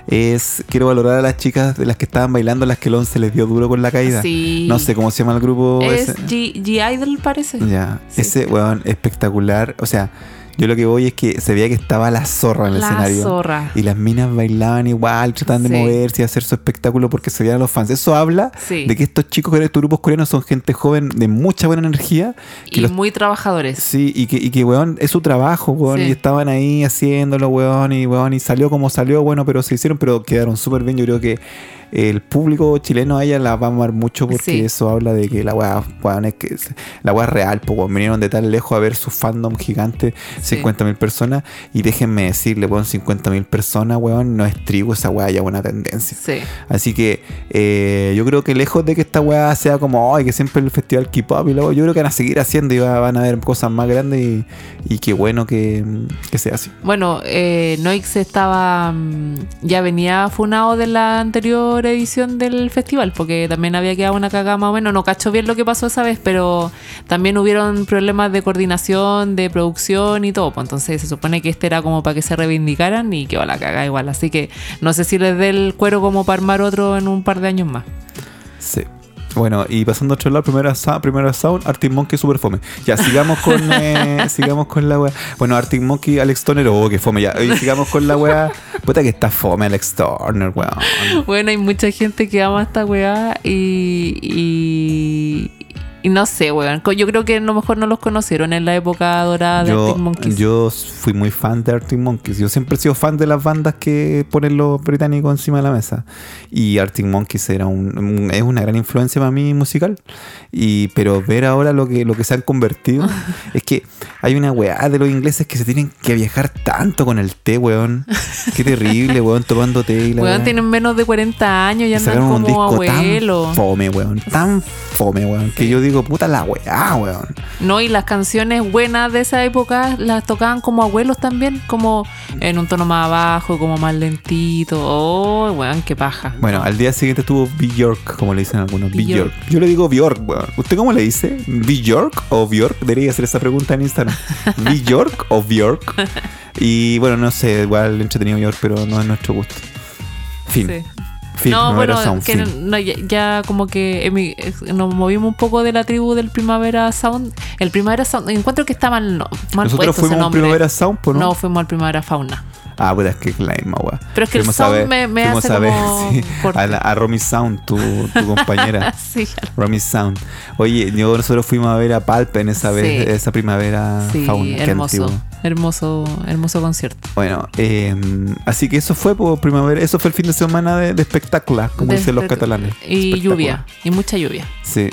Speaker 1: es quiero valorar a las chicas de las que estaban bailando, las que el once les dio duro con la caída.
Speaker 2: Sí.
Speaker 1: No sé cómo se llama el grupo
Speaker 2: Es
Speaker 1: ese.
Speaker 2: G, G-Idol, parece.
Speaker 1: Ya,
Speaker 2: Sí.
Speaker 1: ese weón espectacular, o sea, Yo lo que voy es que se veía que estaba la zorra en el
Speaker 2: La
Speaker 1: escenario.
Speaker 2: zorra.
Speaker 1: Y las minas bailaban igual, trataban de
Speaker 2: Sí.
Speaker 1: moverse y hacer su espectáculo porque se veían los fans. Eso habla
Speaker 2: Sí.
Speaker 1: de que estos chicos, estos grupos coreanos son gente joven de mucha buena energía. Que
Speaker 2: Y
Speaker 1: los-
Speaker 2: muy trabajadores.
Speaker 1: Sí, y que, y que, weón, es su trabajo, weón,
Speaker 2: Sí.
Speaker 1: y estaban ahí haciéndolo, weón, y weón, y salió como salió, bueno, pero se hicieron, pero quedaron súper bien. Yo creo que el público chileno a ella la va a amar mucho porque
Speaker 2: Sí.
Speaker 1: eso habla de que la weá, weón, es que es- la weá es real, pues, weón, vinieron de tan lejos a ver su fandom gigante,
Speaker 2: Sí.
Speaker 1: cincuenta mil personas, y déjenme decirle, weón, cincuenta mil personas, weón, no es trigo, esa weá ya es buena tendencia.
Speaker 2: Sí.
Speaker 1: Así que eh, yo creo que lejos de que esta weá sea como, ay, que siempre el festival K-pop y luego, yo creo que van a seguir haciendo y va- van a haber cosas más grandes y, y qué bueno que, que sea así.
Speaker 2: Bueno, eh, Noix estaba mm, ya venía funado de la anterior edición del festival, porque también había quedado una cagada más o menos. No cacho bien lo que pasó esa vez, pero también hubieron problemas de coordinación, de producción y todo. Pues entonces se supone que este era como para que se reivindicaran y quedó la cagada igual. Así que no sé si les dé el cuero como para armar otro en un par de años más.
Speaker 1: Sí. Bueno, y pasando a otro lado, primera, sa- primera sound, Arctic Monkey super fome. Ya, sigamos con eh, sigamos con la weá. Bueno, Arctic Monkey, Alex Turner, oh, que fome ya. Y sigamos con la weá. Puta que está fome Alex Turner, weón.
Speaker 2: Bueno, hay mucha gente que ama esta weá y, y, y no sé, weón. Yo creo que a lo mejor no los conocieron en la época dorada de
Speaker 1: Yo,
Speaker 2: Arctic Monkeys.
Speaker 1: yo fui muy fan de Arctic Monkeys. Yo siempre he sido fan de las bandas que ponen los británicos encima de la mesa. Y Arctic Monkeys era un, un- es una gran influencia para mí musical. Y, pero ver ahora lo que, lo que se han convertido es que hay una weá de los ingleses que se tienen que viajar tanto con el té, weón. Qué terrible, weón, tomando té. Y la
Speaker 2: Weón,
Speaker 1: weá.
Speaker 2: tienen menos de cuarenta años y
Speaker 1: Y
Speaker 2: andan
Speaker 1: sacaron un
Speaker 2: como
Speaker 1: disco
Speaker 2: abuelo.
Speaker 1: tan fome, weón. Tan fome, weón. Que
Speaker 2: Sí.
Speaker 1: yo digo, puta la weá, weón.
Speaker 2: No, y las canciones buenas de esa época las tocaban como abuelos también, como en un tono más abajo, como más lentito. Oh, weón, qué paja.
Speaker 1: Bueno, al día siguiente tuvo Bjork, como le dicen algunos.
Speaker 2: Bjork.
Speaker 1: Bjork. Yo le digo Bjork, weón. ¿Usted cómo le dice? ¿Bjork o Bjork? Debería hacer esa pregunta en Instagram. ¿Bjork o Bjork? Y bueno, no sé, igual entretenido Bjork, pero no es nuestro gusto. Fin.
Speaker 2: Sí.
Speaker 1: Fin.
Speaker 2: No,
Speaker 1: Primavera
Speaker 2: bueno,
Speaker 1: Sound,
Speaker 2: que
Speaker 1: fin.
Speaker 2: no, ya, ya como que emi- nos movimos un poco de la tribu del Primavera Sound. El Primavera Sound, encuentro que está mal, no, mal
Speaker 1: Nosotros
Speaker 2: puesto ese
Speaker 1: fuimos a un
Speaker 2: nombre.
Speaker 1: Primavera Sound, ¿no?
Speaker 2: No, fuimos al Primavera Fauna.
Speaker 1: Ah, puta, es que es la misma, weá.
Speaker 2: Pero es que el
Speaker 1: Fuimos a
Speaker 2: sound
Speaker 1: ver-
Speaker 2: me- me
Speaker 1: fuimos
Speaker 2: hace
Speaker 1: a ver,
Speaker 2: como
Speaker 1: sí,
Speaker 2: corte.
Speaker 1: a, la- a Romy Sound, tu, tu compañera.
Speaker 2: Sí,
Speaker 1: Romy Sound. Oye, yo, nosotros fuimos a ver a Palp en esa
Speaker 2: Sí.
Speaker 1: vez, esa primavera
Speaker 2: sí,
Speaker 1: fauna. Qué
Speaker 2: hermoso,
Speaker 1: antiguo.
Speaker 2: hermoso, hermoso concierto.
Speaker 1: Bueno, eh, así que eso fue por primavera, eso fue el fin de semana de, de espectáculos, como
Speaker 2: De-
Speaker 1: dicen los
Speaker 2: de-
Speaker 1: catalanes.
Speaker 2: Y
Speaker 1: Espectacular.
Speaker 2: lluvia, y mucha lluvia.
Speaker 1: Sí.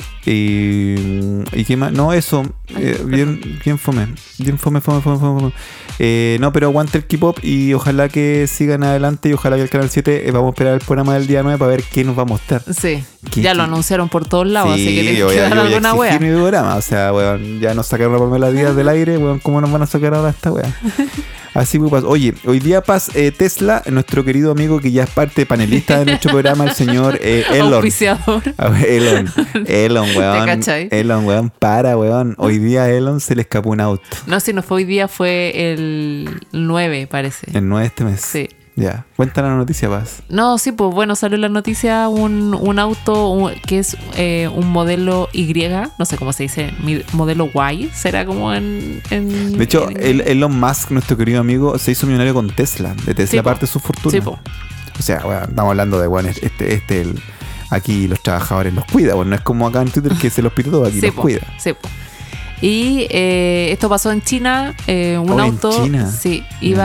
Speaker 1: Y, y qué más, no, eso,
Speaker 2: Ay,
Speaker 1: eh,
Speaker 2: perdón.
Speaker 1: bien, bien fome, bien fome, fome, fome, fome. fome. Eh, no, pero aguante el K-pop y ojalá que sigan adelante y ojalá que el canal siete eh, vamos a esperar el programa del día nueve para ver qué nos va a mostrar.
Speaker 2: Sí,
Speaker 1: ¿Qué-
Speaker 2: ya
Speaker 1: qué?
Speaker 2: lo anunciaron por todos lados, así que
Speaker 1: yo
Speaker 2: tienen
Speaker 1: voy
Speaker 2: que
Speaker 1: a,
Speaker 2: dar
Speaker 1: yo voy a
Speaker 2: alguna wea.
Speaker 1: exigir mi programa. O sea, weón, ya nos sacaron la Pamela Díaz del aire, weón, ¿cómo nos van a sacar ahora esta wea? Así muy pas. Oye, hoy día Paz eh, Tesla, nuestro querido amigo que ya es parte panelista de nuestro programa, el señor eh, Elon.
Speaker 2: Auspiciador.
Speaker 1: A ver, Elon, Elon, weón.
Speaker 2: cachai?
Speaker 1: Elon, weón, para, weón. Hoy día a Elon se le escapó un auto.
Speaker 2: No, si no fue hoy día, fue el nueve, parece.
Speaker 1: El nueve de este mes.
Speaker 2: Sí.
Speaker 1: Ya. Cuéntanos la noticia, Paz.
Speaker 2: No, sí, pues bueno, salió en la noticia un, un auto un- que es eh, un modelo Y, no sé cómo se dice, mi- modelo Y, será como en... en-
Speaker 1: De hecho,
Speaker 2: en-
Speaker 1: el- Elon Musk, nuestro querido amigo, se hizo millonario con Tesla. De Tesla
Speaker 2: Sí, po.
Speaker 1: parte su fortuna.
Speaker 2: Sí, po.
Speaker 1: O sea, bueno, estamos hablando de, bueno, este, este, el, aquí los trabajadores los cuida, bueno, no es como acá en Twitter que se los pide todo, aquí
Speaker 2: Sí,
Speaker 1: los
Speaker 2: po,
Speaker 1: cuida.
Speaker 2: sí, po. Y eh, esto pasó en China, eh, un
Speaker 1: Oh, en
Speaker 2: auto
Speaker 1: China.
Speaker 2: sí,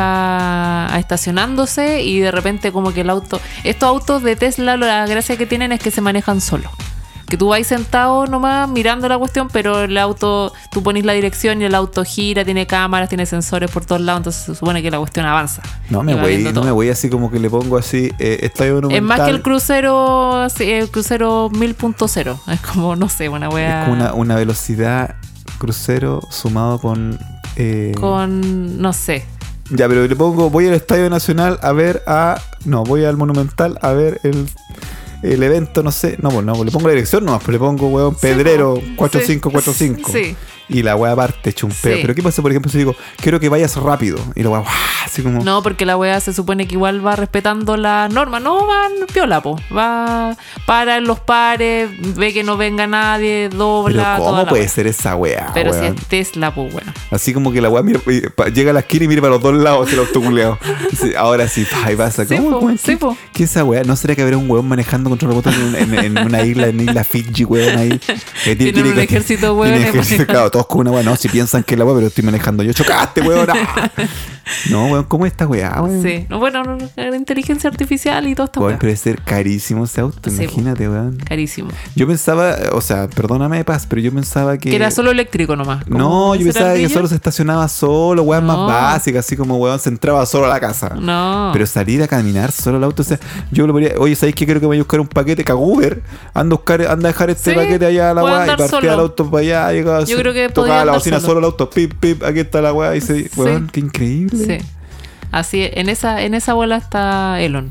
Speaker 2: iba estacionándose y de repente como que el auto, estos autos de Tesla, la gracia que tienen es que se manejan solos. Que tú vas sentado nomás mirando la cuestión, pero el auto, tú pones la dirección y el auto gira, tiene cámaras, tiene sensores por todos lados, entonces se supone que la cuestión avanza.
Speaker 1: No me
Speaker 2: Y va
Speaker 1: voy,
Speaker 2: viendo
Speaker 1: no me
Speaker 2: todo.
Speaker 1: voy así como que le pongo así, eh, estadio monumental.
Speaker 2: Es más que el crucero, sí, el crucero mil punto cero. Es como, no sé, una wea.
Speaker 1: Es como una, una velocidad crucero sumado con... eh,
Speaker 2: Con, no sé.
Speaker 1: Ya, pero le pongo, voy al Estadio Nacional a ver a... No, voy al Monumental a ver el... El evento, no sé, no, pues no, le pongo la dirección nomás, pero le pongo, weón,
Speaker 2: Sí,
Speaker 1: Pedrero
Speaker 2: po.
Speaker 1: cuatro
Speaker 2: Sí.
Speaker 1: cinco cuatro cinco.
Speaker 2: Sí.
Speaker 1: y la weá parte chumpeo.
Speaker 2: Sí.
Speaker 1: Pero ¿qué pasa, por ejemplo, si digo, quiero que vayas rápido? Y la weá, ¡guau! Así como...
Speaker 2: No, porque la wea se supone que igual va respetando las normas. No va piola, po. Va para en los pares, ve que no venga nadie, dobla.
Speaker 1: Pero ¿cómo
Speaker 2: toda la
Speaker 1: puede
Speaker 2: wea.
Speaker 1: ser esa weá,
Speaker 2: Pero si
Speaker 1: weón?
Speaker 2: es Tesla, pues bueno.
Speaker 1: Así como que la weá mira, y pa- llega a la esquina y mira para los dos lados el auto culeado. Sí, ahora sí, pa, y pasa.
Speaker 2: Sí,
Speaker 1: ¿Cómo,
Speaker 2: po,
Speaker 1: weón?
Speaker 2: sí,
Speaker 1: ¿Qué,
Speaker 2: po.
Speaker 1: ¿Qué es esa weá? ¿No será que habrá un weón manejando control remoto en, en, en una isla, en isla Fiji, weón, ahí? Que
Speaker 2: Tienen un ejército, weón,
Speaker 1: Tiene
Speaker 2: y
Speaker 1: ejército,
Speaker 2: manejan.
Speaker 1: claro, todos con una weá. No, si piensan que es la weá, pero estoy manejando yo. ¡Chocaste, weón! ¡Ah! No, weón, ¿cómo es esta weá, weón?
Speaker 2: Sí. No, bueno, no, la inteligencia artificial y todo esto.
Speaker 1: Weón, pero debe ser carísimo ese auto,
Speaker 2: Sí, po.
Speaker 1: imagínate, weón.
Speaker 2: Carísimo.
Speaker 1: Yo pensaba, o sea, perdóname, Paz, pero yo pensaba que...
Speaker 2: Que era solo eléctrico nomás.
Speaker 1: No,
Speaker 2: ¿Cómo
Speaker 1: yo
Speaker 2: ese
Speaker 1: pensaba que
Speaker 2: ardillo?
Speaker 1: solo se estacionaba solo, weón,
Speaker 2: No.
Speaker 1: más básicas, así como weón, se entraba solo a la casa.
Speaker 2: No.
Speaker 1: Pero salir a caminar solo el auto, o sea, yo lo podría, oye, ¿sabéis qué? Quiero que me vaya a buscar un paquete, cago Uber, anda a buscar, anda a dejar este
Speaker 2: Sí,
Speaker 1: paquete allá a la
Speaker 2: puede
Speaker 1: weá y
Speaker 2: andar
Speaker 1: partía
Speaker 2: solo.
Speaker 1: el auto para allá, llegaba,
Speaker 2: Yo creo que podría
Speaker 1: tocaba la
Speaker 2: andar
Speaker 1: bocina
Speaker 2: solo.
Speaker 1: solo el auto, pip, pip, aquí está la weá y se,
Speaker 2: Sí.
Speaker 1: weón, qué increíble.
Speaker 2: Sí. Así, en esa, en esa bola está Elon.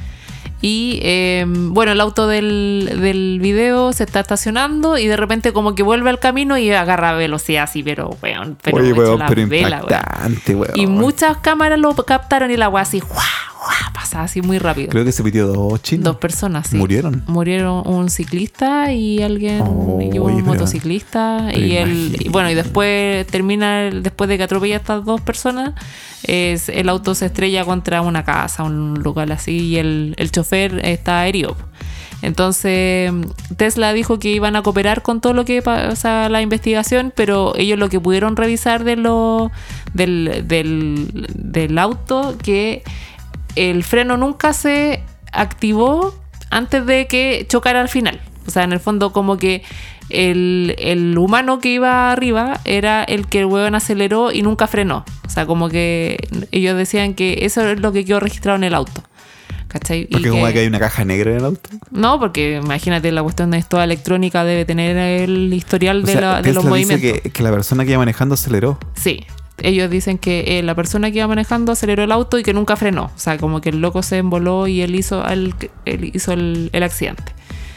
Speaker 2: Y eh, bueno, el auto del, del video se está estacionando y de repente como que vuelve al camino y agarra velocidad así, pero weón, pero,
Speaker 1: Oye,
Speaker 2: hecho
Speaker 1: weón,
Speaker 2: la
Speaker 1: pero
Speaker 2: vela, weón.
Speaker 1: impactante, weón.
Speaker 2: Y muchas cámaras lo captaron y la weá así, ¡guau! ¡guau! Pasa así muy rápido.
Speaker 1: Creo que se pidió dos chinos.
Speaker 2: Dos personas, sí.
Speaker 1: ¿Murieron?
Speaker 2: Murieron un ciclista y alguien,
Speaker 1: Oh,
Speaker 2: y un
Speaker 1: oye, pero-
Speaker 2: motociclista.
Speaker 1: pero
Speaker 2: Y él,
Speaker 1: imagínate.
Speaker 2: y bueno, y después termina, el- después de que atropella a estas dos personas, es, el auto se estrella contra una casa, un lugar así, y el, el chofer está herido. Entonces Tesla dijo que iban a cooperar con todo lo que pasa la investigación, pero ellos lo que pudieron revisar de lo, del, del, del auto, que el freno nunca se activó antes de que chocara al final. O sea, en el fondo como que el, el humano que iba arriba era el que el hueón aceleró y nunca frenó. O sea, como que ellos decían que eso es lo que quedó registrado en el auto. ¿Cachai? Y
Speaker 1: Porque como
Speaker 2: que-
Speaker 1: que hay una caja negra en el auto.
Speaker 2: no, porque imagínate, la cuestión de toda electrónica debe tener el historial
Speaker 1: O
Speaker 2: de,
Speaker 1: sea,
Speaker 2: la- de
Speaker 1: Tesla
Speaker 2: los
Speaker 1: dice
Speaker 2: movimientos.
Speaker 1: que, que la persona que iba manejando aceleró.
Speaker 2: Sí, ellos dicen que eh, la persona que iba manejando aceleró el auto y que nunca frenó. O sea, como que el loco se emboló y él hizo el, él hizo el, el accidente.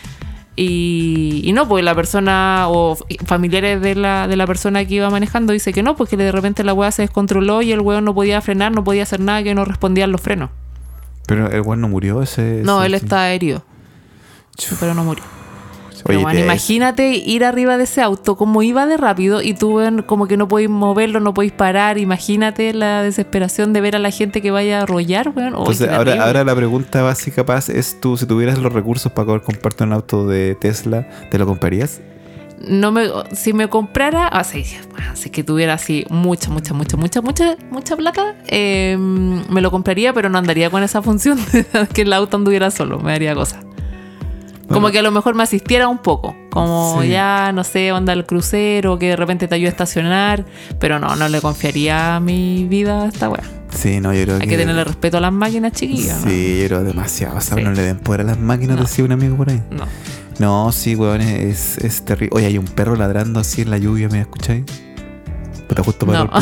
Speaker 2: Y, y no, pues la persona o familiares de la, de la persona que iba manejando dice que no, porque de repente la weá se descontroló y el weón no podía frenar, no podía hacer nada, que no respondían los frenos.
Speaker 1: Pero el weón no murió ese.
Speaker 2: No,
Speaker 1: ese-
Speaker 2: él está herido, pero no murió. Pero
Speaker 1: Oye,
Speaker 2: bueno,
Speaker 1: te-
Speaker 2: imagínate ir arriba de ese auto, como iba de rápido y tú ven como que no podéis moverlo, no podéis parar. Imagínate la desesperación de ver a la gente que vaya a arrollar, weón. Oh,
Speaker 1: Entonces,
Speaker 2: qué
Speaker 1: ahora,
Speaker 2: terrible.
Speaker 1: ahora la pregunta básica, Paz, es tú, si tuvieras los recursos para poder comprarte un auto de Tesla, ¿te lo comprarías?
Speaker 2: No me, si me comprara, ah, sí, bueno, si que tuviera así mucha, mucha, mucha, mucha, mucha, mucha plata, eh, me lo compraría, pero no andaría con esa función de que el auto anduviera solo, me daría cosa. Como
Speaker 1: Bueno.
Speaker 2: que a lo mejor me asistiera un poco, como
Speaker 1: Sí.
Speaker 2: ya, no sé, onda el crucero, que de repente te ayude a estacionar, pero no, no le confiaría mi vida a esta weá.
Speaker 1: Sí, no, yo creo
Speaker 2: Hay
Speaker 1: que...
Speaker 2: que tenerle respeto a las máquinas chiquillas, ¿no?
Speaker 1: Sí, yo creo demasiado. O sea,
Speaker 2: Sí.
Speaker 1: no le den poder a las máquinas,
Speaker 2: No.
Speaker 1: decía un amigo por ahí.
Speaker 2: No.
Speaker 1: No, sí, weón, es, es terrible. Oye, hay un perro ladrando así en la lluvia, ¿me escucháis? Puta, justo para
Speaker 2: No.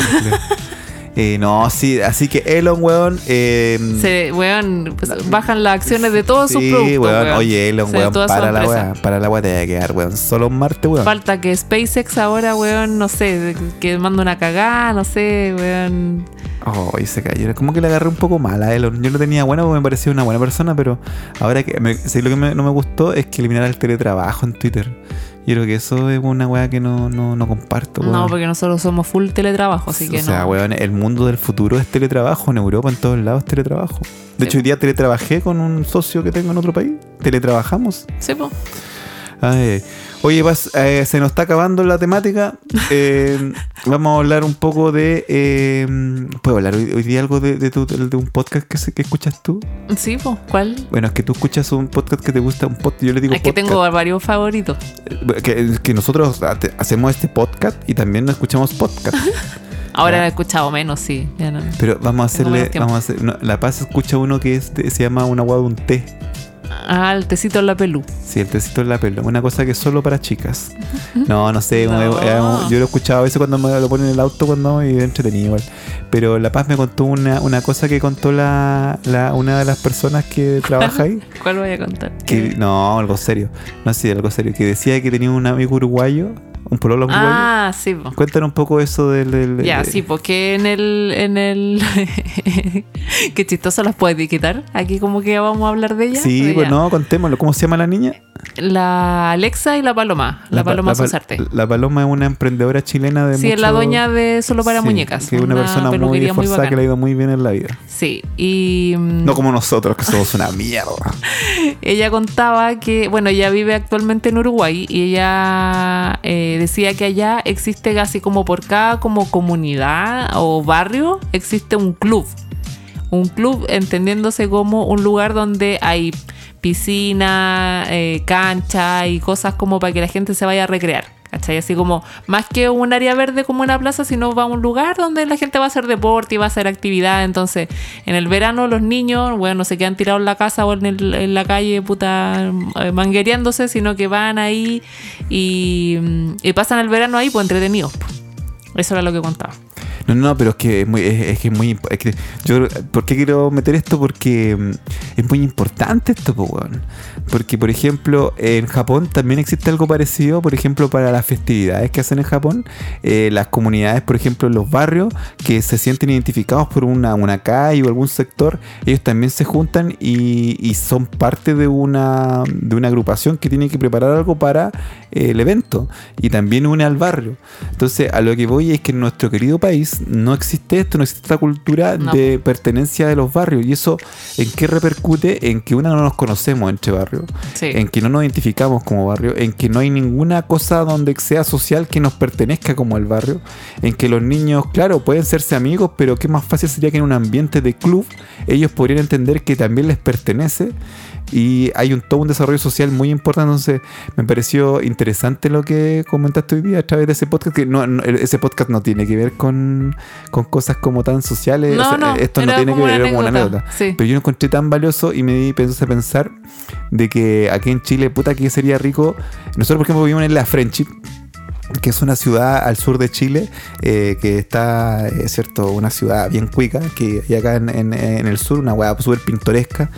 Speaker 1: eh, No, sí, así que Elon, weón. Eh,
Speaker 2: Se, weón, pues, bajan las acciones de todos sus
Speaker 1: sí,
Speaker 2: productos,
Speaker 1: weón.
Speaker 2: weón.
Speaker 1: Oye, Elon,
Speaker 2: Sí, de
Speaker 1: weón,
Speaker 2: toda su
Speaker 1: para la
Speaker 2: empresa.
Speaker 1: weá. Para la weá te va a quedar, weón. Solo en Marte, weón.
Speaker 2: Falta que SpaceX ahora, weón, no sé, que manda una cagada, no sé, weón.
Speaker 1: Oh, y se cayó. Como que le agarré un poco mal a Elon. Yo lo tenía bueno porque me parecía una buena persona, pero ahora que me, sí, lo que me- no me gustó es que eliminara el teletrabajo en Twitter. Yo creo que eso es una weá que no, no, no comparto, weón.
Speaker 2: No, porque nosotros somos full teletrabajo, así que
Speaker 1: o sea,
Speaker 2: no.
Speaker 1: weón, el mundo del futuro es teletrabajo. En Europa, en todos lados, es teletrabajo. De
Speaker 2: Sí.
Speaker 1: hecho, hoy día teletrabajé con un socio que tengo en otro país. Teletrabajamos.
Speaker 2: Sí, po.
Speaker 1: Ay, oye, Paz, eh, se nos está acabando la temática. Eh, vamos a hablar un poco de... Eh, ¿Puedo hablar hoy, hoy día algo de, de, tu- de un podcast que, se- que escuchas tú?
Speaker 2: Sí, po. ¿Cuál?
Speaker 1: Bueno, es que tú escuchas un podcast que te gusta, un podcast, yo le digo
Speaker 2: Es que
Speaker 1: podcast.
Speaker 2: tengo varios favoritos.
Speaker 1: Eh, Que, que nosotros hate- hacemos este podcast y también no escuchamos podcast.
Speaker 2: Ahora
Speaker 1: Ya.
Speaker 2: he escuchado menos, sí. Ya no.
Speaker 1: Pero vamos a hacerle...
Speaker 2: menos tiempo.
Speaker 1: Vamos a hacer, no, La Paz escucha uno que es de- se llama una agua de un té.
Speaker 2: Ah, el tecito en la pelú.
Speaker 1: Sí, el tecito en la pelo. Una cosa que es solo para chicas. No, no sé.
Speaker 2: No.
Speaker 1: es- es- yo lo he escuchado a veces cuando me lo ponen en el auto cuando y es entretenido igual. Pero La Paz me contó una, una cosa que contó la, la una de las personas que trabaja ahí.
Speaker 2: ¿Cuál voy a contar?
Speaker 1: Que, no, algo serio. No sé, algo serio. Que decía que tenía un amigo uruguayo. ¿Un pololo uruguayo?
Speaker 2: Ah, sí, po.
Speaker 1: Cuéntanos un poco eso del... del
Speaker 2: Ya,
Speaker 1: de...
Speaker 2: sí, porque en el... En el qué chistoso las puedes etiquetar. Aquí como que vamos a hablar de ella.
Speaker 1: Sí, pues no, contémoslo. ¿Cómo se llama la niña?
Speaker 2: La Alexa y la Paloma. La, la Paloma
Speaker 1: la,
Speaker 2: Sonsarte.
Speaker 1: La Paloma es una emprendedora chilena de
Speaker 2: Sí,
Speaker 1: mucho...
Speaker 2: es la dueña de Solo para
Speaker 1: sí,
Speaker 2: Muñecas.
Speaker 1: Que es una, una persona muy esforzada muy que le ha ido muy bien en la vida.
Speaker 2: Sí, y...
Speaker 1: No como nosotros, que somos una mierda.
Speaker 2: Ella contaba que, bueno, ella vive actualmente en Uruguay y ella eh, decía que allá existe casi como por cada como comunidad o barrio existe un club. Un club entendiéndose como un lugar donde hay piscina, eh, cancha y cosas como para que la gente se vaya a recrear, ¿cachai? Así como, más que un área verde como una plaza, sino va a un lugar donde la gente va a hacer deporte y va a hacer actividad. Entonces, en el verano los niños, bueno, no se quedan tirados en la casa o en, el, en la calle, puta, manguereándose, sino que van ahí y, y pasan el verano ahí, pues entretenidos. Eso era lo que contaba.
Speaker 1: No, no, pero es que es muy, es, es que es muy, es que yo, ¿por qué quiero meter esto? Porque es muy importante esto, pues, weón. Porque, por ejemplo, en Japón también existe algo parecido, por ejemplo, para las festividades que hacen en Japón, eh, las comunidades, por ejemplo, en los barrios, que se sienten identificados por una, una calle o algún sector, ellos también se juntan y, y son parte de una, de una agrupación que tiene que preparar algo para eh, el evento y también une al barrio. Entonces, a lo que voy es que en nuestro querido país no existe esto, no existe esta cultura no. de pertenencia de los barrios. ¿Y eso en qué repercute? En que una, no nos conocemos entre barrios, sí. en que no nos identificamos como barrio, en que no hay ninguna cosa donde sea social que nos pertenezca como el barrio, en que los niños, claro, pueden serse amigos, pero qué más fácil sería que en un ambiente de club ellos podrían entender que también les pertenece. Y hay un todo un desarrollo social muy importante. Entonces me pareció interesante lo que comentaste hoy día a través de ese podcast, que no, no, ese podcast no tiene que ver con, con cosas como tan sociales.
Speaker 2: No,
Speaker 1: o sea,
Speaker 2: no,
Speaker 1: esto no tiene que ver, era como una anécdota,
Speaker 2: sí.
Speaker 1: Pero yo lo encontré tan valioso y me di pensé a pensar de que aquí en Chile, puta, que sería rico. Nosotros, por ejemplo, vivimos en la Friendship, que es una ciudad al sur de Chile, eh, que está, es cierto, una ciudad bien cuica, que hay acá en, en, en el sur, una hueá súper pintoresca.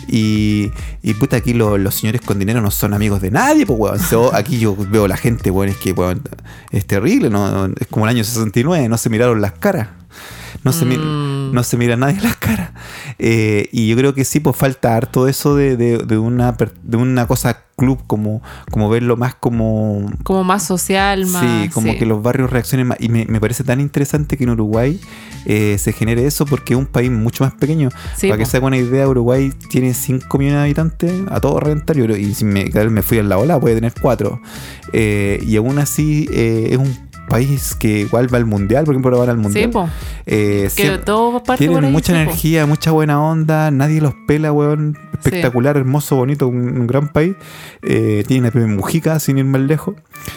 Speaker 1: Y, y puta, aquí lo, los señores con dinero no son amigos de nadie, pues weón. So, aquí yo veo la gente, weón, es que weón, es terrible, ¿no? Es como el año sesenta y nueve, no se miraron las caras. No se, mm. mira, no se mira a nadie las caras. Eh, y yo creo que sí, pues falta harto eso de, de, de, una, de una cosa club, como, como verlo más como...
Speaker 2: Como más social, más...
Speaker 1: Sí, como
Speaker 2: sí.
Speaker 1: que los barrios reaccionen más. Y me, me parece tan interesante que en Uruguay eh, se genere eso, porque es un país mucho más pequeño. Sí, Para po. que se haga una idea, Uruguay tiene cinco millones de habitantes a todo reventar. Yo creo, y si me, me fui a la ola, puede tener cuatro. Eh, y aún así eh, es un país que igual va al mundial, por ejemplo, ahora van al mundial.
Speaker 2: Sí, po.
Speaker 1: Eh,
Speaker 2: que
Speaker 1: siempre,
Speaker 2: todo parte
Speaker 1: tienen
Speaker 2: por ahí,
Speaker 1: mucha
Speaker 2: sí,
Speaker 1: energía, po. mucha buena onda, nadie los pela, weón. Espectacular, sí. hermoso, bonito, un, un gran país. Eh, tiene una Mujica, sin ir más lejos.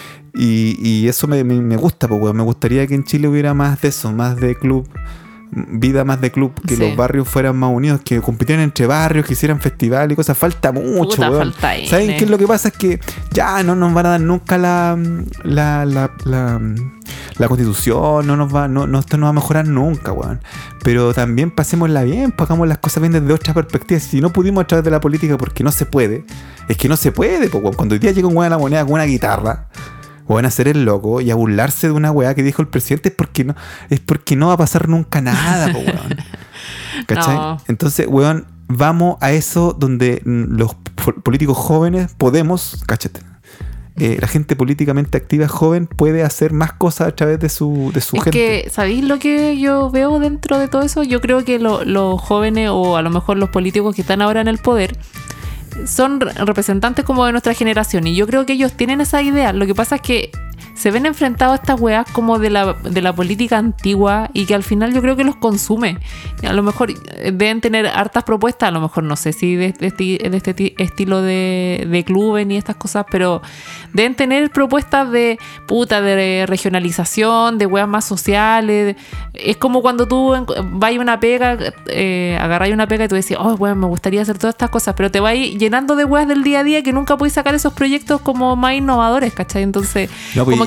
Speaker 1: Y, y eso me, me, me gusta, pues, weón. Me gustaría que en Chile hubiera más de eso, más de club. Vida más de club, que sí. los barrios fueran más unidos, que compitieran entre barrios, que hicieran festival y cosas. Falta mucho,
Speaker 2: Puta,
Speaker 1: weón.
Speaker 2: falta ahí,
Speaker 1: ¿Saben
Speaker 2: eh?
Speaker 1: qué es lo que pasa? Es que ya no nos van a dar nunca la la, la, la, la constitución, no nos va, no, no, esto no va a mejorar nunca, weón. Pero también pasémosla bien, hagamos las cosas bien desde otra perspectiva. Si no pudimos a través de la política porque no se puede, es que no se puede, pues, weón. Cuando hoy día llega un weón a la moneda con una guitarra, o van a hacer el loco y a burlarse de una weá que dijo el presidente, es porque no, es porque no va a pasar nunca nada, po, weón. ¿Cachai? No. Entonces, weón, vamos a eso donde los políticos jóvenes podemos, cáchate. Eh, la gente políticamente activa joven puede hacer más cosas a través de su, de su
Speaker 2: es
Speaker 1: gente.
Speaker 2: Que, ¿sabéis lo que yo veo dentro de todo eso? Yo creo que lo, los jóvenes, o a lo mejor los políticos que están ahora en el poder, son representantes como de nuestra generación, y yo creo que ellos tienen esa idea. Lo que pasa es que se ven enfrentados a estas weas como de la, de la política antigua, y que al final yo creo que los consume. A lo mejor deben tener hartas propuestas, a lo mejor no sé si de, de, de, de este estilo de, de clubes ni estas cosas, pero deben tener propuestas de puta, de regionalización, de weas más sociales. Es como cuando tú vas a una pega, eh, agarras una pega y tú decís, oh, weón, me gustaría hacer todas estas cosas, pero te vas llenando de weas del día a día que nunca puedes sacar esos proyectos como más innovadores, ¿cachai? Entonces,
Speaker 1: no, pues,
Speaker 2: como que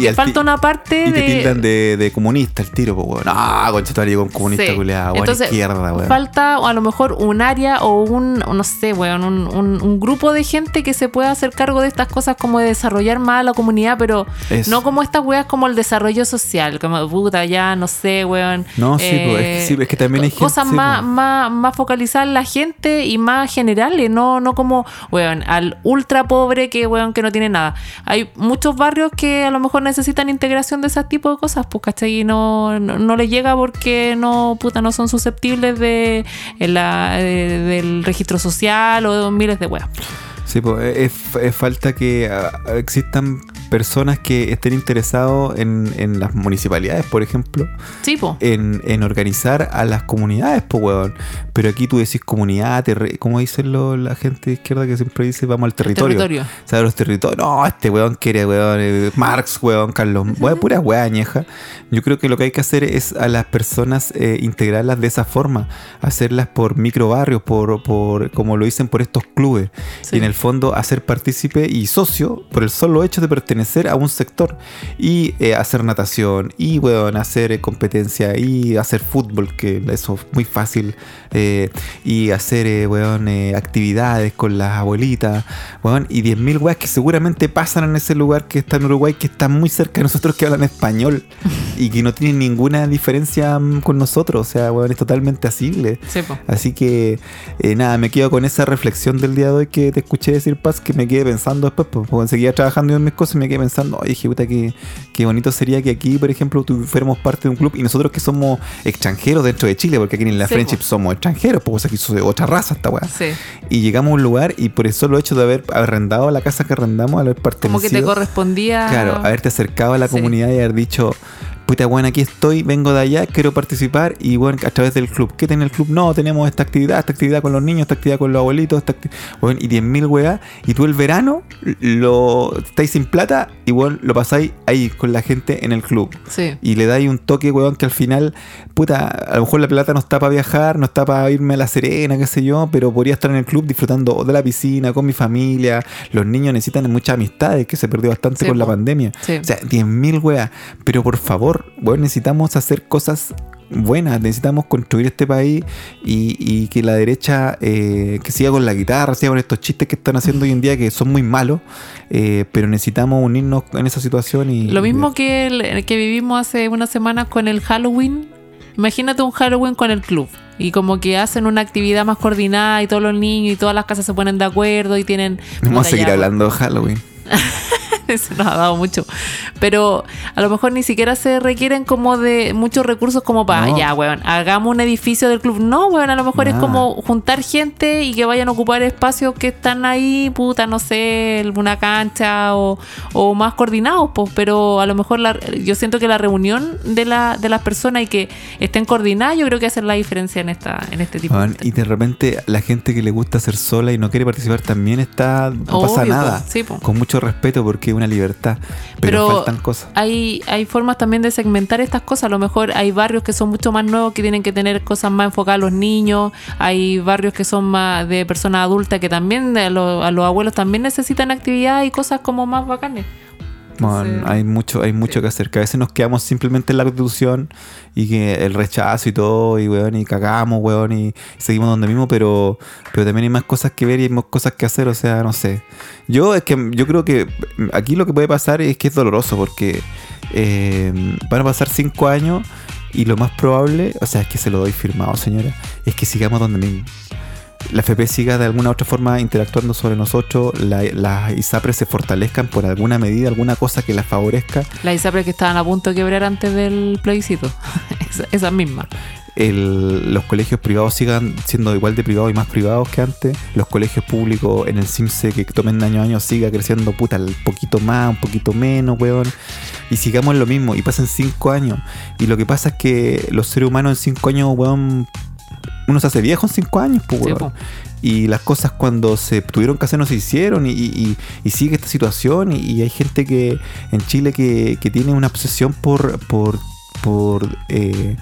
Speaker 1: al
Speaker 2: falta
Speaker 1: ti-
Speaker 2: una parte
Speaker 1: Y te
Speaker 2: de...
Speaker 1: tildan de, de comunista el tiro, pues, weón. No, conchetuario con comunista,
Speaker 2: Sí.
Speaker 1: culiado, weón,
Speaker 2: Entonces,
Speaker 1: izquierda, weón.
Speaker 2: falta a lo mejor un área o un, no sé, weón, un, un, un grupo de gente que se pueda hacer cargo de estas cosas como de desarrollar más a la comunidad, pero
Speaker 1: Eso.
Speaker 2: no como estas weas como el desarrollo social, como puta, ya, no sé, weón.
Speaker 1: No, sí, pues, es que sí, es que también hay gente-
Speaker 2: Cosas
Speaker 1: sí,
Speaker 2: más,
Speaker 1: pues.
Speaker 2: más, más focalizadas en la gente y más generales, no, no como, weón, al ultra pobre que, weón, que no tiene nada. Hay muchos barrios que a lo mejor necesitan integración de ese tipo de cosas, pues, ¿cachai? Y no, no, no les llega porque no, puta, no son susceptibles de, la, de- del registro social o de miles de weas.
Speaker 1: Sí, pues es, es falta que uh, existan personas que estén interesados en, en las municipalidades, por ejemplo,
Speaker 2: Sí, pues.
Speaker 1: en, en organizar a las comunidades, pues, weón. Pero aquí tú decís comunidad, terre- ¿cómo dicen lo- la gente de izquierda que siempre dice vamos al territorio?
Speaker 2: territorio.
Speaker 1: O sea, los territorios. No, este weón quiere, weón, eh, Marx, weón, Carlos. Weón, pura weá añeja. Yo creo que lo que hay que hacer es a las personas eh, integrarlas de esa forma, hacerlas por microbarrios, por, por, como lo dicen, por estos clubes.
Speaker 2: Sí.
Speaker 1: Y en el fondo hacer partícipe y socio por el solo hecho de pertenecer a un sector y eh, hacer natación y weón, hacer eh, competencia y hacer fútbol, que eso es muy fácil, eh, y hacer eh, weón, eh, actividades con las abuelitas, weón, y diez mil weas que seguramente pasan en ese lugar que está en Uruguay, que está muy cerca de nosotros, que hablan español y que no tienen ninguna diferencia mm, con nosotros, o sea, weón, es totalmente asible.
Speaker 2: Sí, po.
Speaker 1: Así que eh, nada, me quedo con esa reflexión del día de hoy que te escuché decir, Paz, que me quedé pensando después, pues, porque seguía trabajando en mis cosas y me quedé pensando, oye, dije, puta, qué, qué bonito sería que aquí, por ejemplo, tu- fuéramos parte de un club y nosotros que somos extranjeros dentro de Chile, porque aquí en la
Speaker 2: Sí,
Speaker 1: Friendship
Speaker 2: po.
Speaker 1: somos extranjeros, pues aquí soy de otra raza esta weá.
Speaker 2: Sí.
Speaker 1: Y llegamos a un lugar y por el solo hecho de haber arrendado la casa que arrendamos, al haber pertenecido,
Speaker 2: Como que te correspondía.
Speaker 1: claro, haberte acercado a la
Speaker 2: Sí.
Speaker 1: comunidad y haber dicho, puta, bueno, aquí estoy, vengo de allá, quiero participar y bueno, a través del club. ¿Qué tiene el club? No, tenemos esta actividad, esta actividad con los niños, esta actividad con los abuelitos, esta acti- bueno, y diez mil weá, y tú el verano lo estáis sin plata y bueno, lo pasáis ahí con la gente en el club.
Speaker 2: Sí.
Speaker 1: Y le dais un toque, weón, que al final, puta, a lo mejor la plata no está para viajar, no está para irme a La Serena, qué sé yo, pero podría estar en el club disfrutando de la piscina, con mi familia. Los niños necesitan muchas amistades, que se perdió bastante
Speaker 2: Sí,
Speaker 1: con la
Speaker 2: po.
Speaker 1: pandemia.
Speaker 2: Sí.
Speaker 1: O sea, diez mil weas. Pero por favor, weón, necesitamos hacer cosas buenas, necesitamos construir este país y, y que la derecha eh, que siga con la guitarra, siga con estos chistes que están haciendo hoy en día que son muy malos, eh, pero necesitamos unirnos en esa situación y
Speaker 2: Lo mismo que, el, que vivimos hace unas semanas con el Halloween. Imagínate un Halloween con el club. Y como que hacen una actividad más coordinada y todos los niños y todas las casas se ponen de acuerdo y tienen...
Speaker 1: vamos a
Speaker 2: puta,
Speaker 1: seguir
Speaker 2: ya,
Speaker 1: hablando de Halloween.
Speaker 2: Eso nos ha dado mucho. Pero a lo mejor ni siquiera se requieren como de muchos recursos como para,
Speaker 1: No.
Speaker 2: ya, weón, hagamos un edificio del club. No, weón, a lo mejor es
Speaker 1: Nada.
Speaker 2: como juntar gente y que vayan a ocupar espacios que están ahí, puta, no sé, alguna cancha o, o más coordinados, pues. Pero a lo mejor la, yo siento que la reunión de, la, de las personas y que estén coordinadas, yo creo que hacen la diferencia en, esta, en este tipo
Speaker 1: Weón,
Speaker 2: de...
Speaker 1: y de repente la gente que le gusta ser sola y no quiere participar también está, no pasa
Speaker 2: Obvio,
Speaker 1: nada.
Speaker 2: po, sí, po.
Speaker 1: Con mucho respeto porque es una libertad, pero,
Speaker 2: Pero
Speaker 1: faltan cosas.
Speaker 2: hay, hay formas también de segmentar estas cosas. A lo mejor hay barrios que son mucho más nuevos que tienen que tener cosas más enfocadas a los niños. Hay barrios que son más de personas adultas que también, a, los- a los abuelos también necesitan actividad y cosas como más bacanes.
Speaker 1: Man,
Speaker 2: Entonces,
Speaker 1: hay mucho, hay mucho
Speaker 2: sí.
Speaker 1: que hacer. Que a veces nos quedamos simplemente en la constitución y que el rechazo y todo, y weón, y cagamos, weón, y seguimos donde mismo, pero, pero también hay más cosas que ver y hay más cosas que hacer, o sea, no sé. Yo es que yo creo que aquí lo que puede pasar es que es doloroso, porque eh, van a pasar cinco años y lo más probable, o sea, es que se lo doy firmado, señora, es que sigamos donde mismo. La F P siga de alguna u otra forma interactuando sobre nosotros, la- las ISAPRES se fortalezcan por alguna medida, alguna cosa que las favorezca,
Speaker 2: Las ISAPRES que estaban a punto de quebrar antes del plebiscito. Esa- Esas mismas.
Speaker 1: el- los colegios privados sigan siendo igual de privados y más privados que antes, los colegios públicos en el CIMSE que tomen año a año siga creciendo, puta, un poquito más, un poquito menos, weón, y sigamos en lo mismo, y pasen cinco años, y lo que pasa es que los seres humanos en cinco años, weón, uno se hace viejo en cinco años, pues,
Speaker 2: Sí,
Speaker 1: weón.
Speaker 2: po.
Speaker 1: Y las cosas cuando se tuvieron que hacer no se hicieron y, y- y sigue esta situación y, y hay gente que en Chile que, que tiene una obsesión por por por, eh,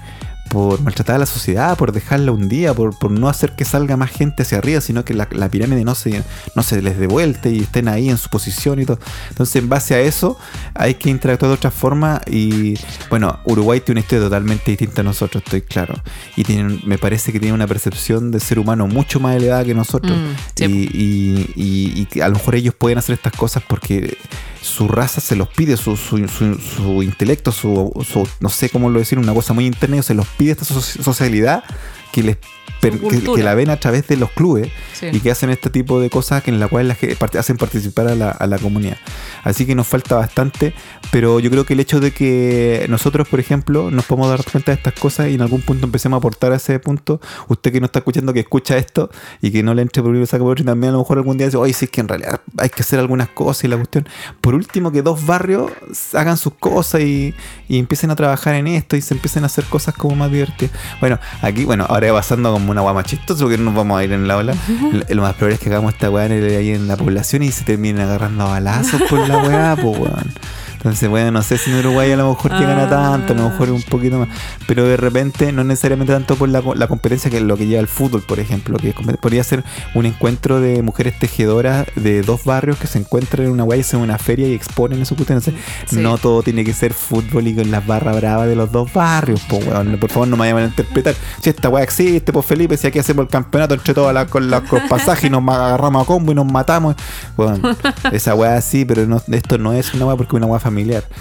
Speaker 1: por maltratar a la sociedad, por dejarla un día, por, por no hacer que salga más gente hacia arriba, sino que la, la pirámide no se, no se les dé vuelta y estén ahí en su posición y todo. Entonces, en base a eso, hay que interactuar de otra forma. Y bueno, Uruguay tiene una historia totalmente distinta a nosotros, estoy claro. Y tienen, me parece que tiene una percepción de ser humano mucho más elevada que nosotros.
Speaker 2: Mm, sí.
Speaker 1: y, y, y, y que a lo mejor ellos pueden hacer estas cosas porque su raza se los pide, su, su, su, su intelecto, su, su, no sé cómo lo decir, una cosa muy interna, ellos se los pide esta so- socialidad que les per, que, que la ven a través de los clubes, sí. Y que hacen este tipo de cosas que en la cual las que part- hacen participar a la, a la comunidad. Así que nos falta bastante, pero yo creo que el hecho de que nosotros, por ejemplo, nos podemos dar cuenta de estas cosas y en algún punto empecemos a aportar a ese punto, usted que no está escuchando, que escucha esto y que no le entre por un y saca por otro, y también a lo mejor algún día dice, oye, sí, es que en realidad hay que hacer algunas cosas y la cuestión, por último, que dos barrios hagan sus cosas y, y empiecen a trabajar en esto y se empiecen a hacer cosas como más divertidas. Bueno, aquí, bueno, ahora pasando como una guay más chistosa porque no nos vamos a ir en la ola. Lo, lo más probable es que hagamos esta weá ahí en la población y se terminen agarrando a balazos por la weá, pues weón. Entonces, bueno, no sé si en Uruguay a lo mejor ah. llegan a tanto, a lo mejor un poquito más. Pero de repente, no necesariamente tanto por la, la competencia que es lo que lleva el fútbol, por ejemplo. Que es, podría ser un encuentro de mujeres tejedoras de dos barrios que se encuentran en una weá y hacen una feria y exponen eso. No sé, sí. No todo tiene que ser fútbol y con las barras bravas de los dos barrios, po, weón. Por favor, no me vayan a interpretar. Si esta weá existe, pues Felipe, si aquí hacemos el campeonato entre todas las con los pasajes y nos agarramos a combo y nos matamos. Bueno, esa weá sí, pero no, esto no es una weá porque es una weá familiar.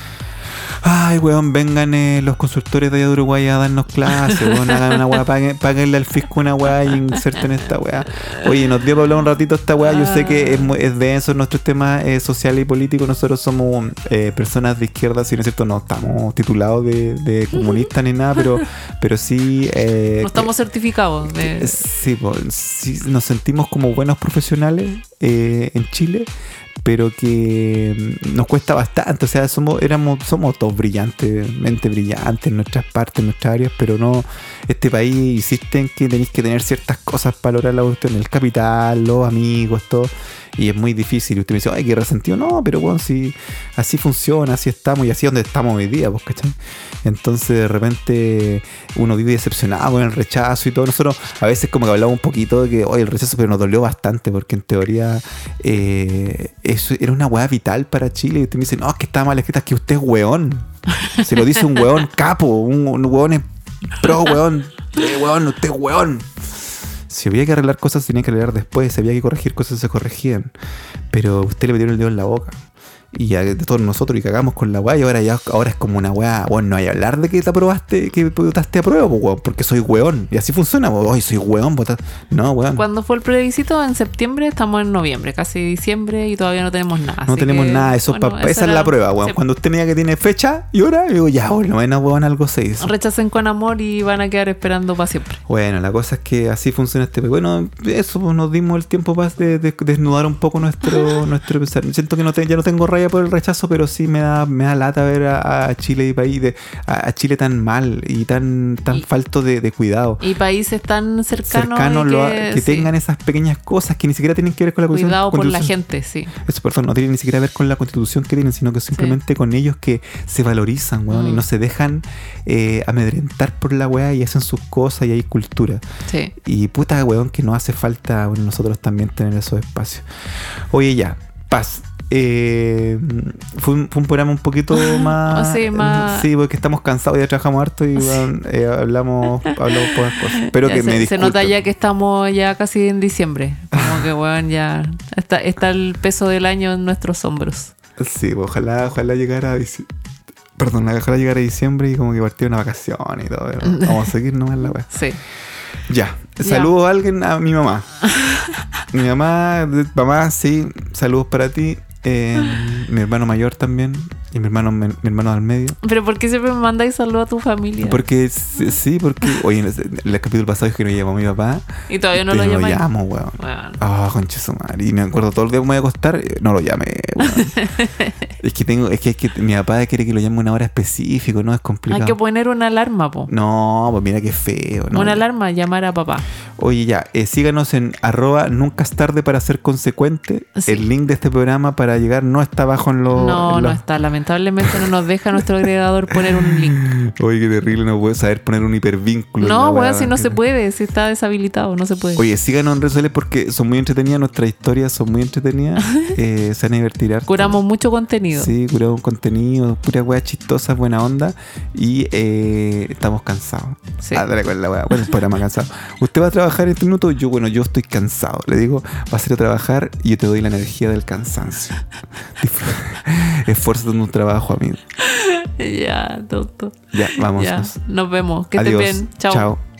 Speaker 1: Ay, weón, vengan eh, los consultores de allá de Uruguay a darnos clases, weón, hagan una weá, paguen, paguenle al fisco una weá y inserten esta weá. Oye, nos dio para hablar un ratito esta weá, yo sé que es, es denso nuestros temas eh, sociales y políticos, nosotros somos eh, personas de izquierda, si no es cierto, no estamos titulados de, de comunistas ni nada, pero, pero sí... Eh,
Speaker 2: no estamos certificados. De...
Speaker 1: Eh, sí, pues, sí, nos sentimos como buenos profesionales eh, en Chile, pero que nos cuesta bastante, o sea, somos éramos somos todos brillantes, mente brillante en nuestras partes, en nuestras áreas, pero no, este país insiste en que tenéis que tener ciertas cosas para lograr la cuestión, el capital, los amigos, todo, y es muy difícil. Y usted me dice, ay, qué resentido, no, pero bueno, si así funciona, así estamos, y así es donde estamos hoy día, pues, ¿cachai? Entonces de repente uno vive decepcionado con el rechazo y todo. Nosotros a veces como que hablamos un poquito de que, oye, el rechazo, pero nos dolió bastante, porque en teoría eh, eso era una weá vital para Chile. Y usted me dice, no, es que está mal escrita, es que usted es weón. Se lo dice un weón capo, un, un weón es pro, weón, eh, weón, usted es weón. Si había que arreglar cosas, se tenía que arreglar después. Si había que corregir cosas, se corregían. Pero usted le metieron el dedo en la boca. Y ya de todos nosotros y cagamos con la weá. Y ahora ya ahora es como una weá. Bueno, no hay que hablar de que te aprobaste, que votaste a prueba, pues, weón, porque soy weón. Y así funciona, pues. Ay, soy weón, votaste. No, weón.
Speaker 2: ¿Cuándo fue el plebiscito? En septiembre, estamos en noviembre, casi diciembre, y todavía no tenemos nada.
Speaker 1: No tenemos que, nada, eso bueno, pa, esa, esa es la prueba, weón. Sí. Cuando usted tenía que tiene fecha y hora, yo digo, ya, bueno, bueno, weón, algo se hizo.
Speaker 2: Rechacen con amor y van a quedar esperando para siempre.
Speaker 1: Bueno, la cosa es que así funciona este. Bueno, eso, pues, nos dimos el tiempo para de, de, de desnudar un poco nuestro, nuestro pensar. Siento que no te, ya no tengo raya por el rechazo, pero sí me da, me da lata ver a, a Chile y país de, a, a Chile tan mal y tan, tan y, falto de, de cuidado.
Speaker 2: Y países tan cercanos
Speaker 1: cercanos
Speaker 2: que,
Speaker 1: lo, que sí. tengan esas pequeñas cosas que ni siquiera tienen que ver con la
Speaker 2: cuidado
Speaker 1: constitución.
Speaker 2: Cuidado por la gente, sí.
Speaker 1: Eso, perdón, no tiene ni siquiera que ver con la constitución que tienen, sino que simplemente sí. con ellos que se valorizan, weón, mm. y no se dejan eh, amedrentar por la weá y hacen sus cosas y hay cultura.
Speaker 2: Sí.
Speaker 1: Y puta, weón, que nos hace falta, bueno, nosotros también tener esos espacios. Oye, ya, paz. Eh, fue, un, fue un programa un poquito más,
Speaker 2: sí, más...
Speaker 1: sí, porque estamos cansados, ya trabajamos harto y bueno, eh, hablamos hablamos pocas cosas. Pero que
Speaker 2: se,
Speaker 1: me
Speaker 2: se nota ya que estamos ya casi en diciembre, como que bueno, ya está, está el peso del año en nuestros hombros.
Speaker 1: Sí, ojalá, ojalá llegara a diciembre. Perdón, ojalá llegara a diciembre y como que partir una vacación y todo. Vamos a seguir nomás la wea.
Speaker 2: Sí.
Speaker 1: Ya, saludo ya. a alguien, a mi mamá. Mi mamá, mamá, sí, saludos para ti. Eh, mi hermano mayor también. Y mi hermano, mi, mi hermano del medio.
Speaker 2: ¿Pero por qué siempre me mandáis saludos a tu familia?
Speaker 1: Porque, sí, porque... Oye, en el, en el capítulo pasado es que no llamó a mi papá.
Speaker 2: Y todavía no lo llamáis.
Speaker 1: No lo llamo, weón. Ah, oh, concha su madre. Y me acuerdo todo el día que me voy a acostar, no lo llamé, weón. es que tengo... Es que, es que mi papá quiere que lo llame a una hora específica, ¿no? Es complicado.
Speaker 2: Hay que poner una alarma, po.
Speaker 1: No, pues mira qué feo, ¿no?
Speaker 2: Una alarma, llamar a papá.
Speaker 1: Oye, ya, eh, síganos en arroba nunca es tarde para ser consecuente. Sí. El link de este programa para llegar no está abajo en los...
Speaker 2: No,
Speaker 1: en
Speaker 2: no
Speaker 1: los...
Speaker 2: está, lamentablemente. lamentablemente no nos deja nuestro agregador poner un link.
Speaker 1: Oye, qué terrible, no puedo saber poner un hipervínculo.
Speaker 2: No, weón, si no se puede, si está deshabilitado, no se puede.
Speaker 1: Oye, síganos en redes sociales porque son muy entretenidas, nuestras historias son muy entretenidas. eh, se van a divertir harto.
Speaker 2: Curamos mucho contenido.
Speaker 1: Sí, curamos contenido, pura weá chistosa, buena onda. Y eh, estamos cansados.
Speaker 2: Sí.
Speaker 1: Ah, dale con la weá. Bueno, el programa cansado. Usted va a trabajar en este minuto, yo, bueno, yo estoy cansado. Le digo, va a ser a trabajar y yo te doy la energía del cansancio. Esfuérzate en un trabajo, amigo.
Speaker 2: Ya, tonto.
Speaker 1: Ya, vamos.
Speaker 2: Ya, nos vemos. Que
Speaker 1: Adiós.
Speaker 2: estés bien. Chao.
Speaker 1: Chao.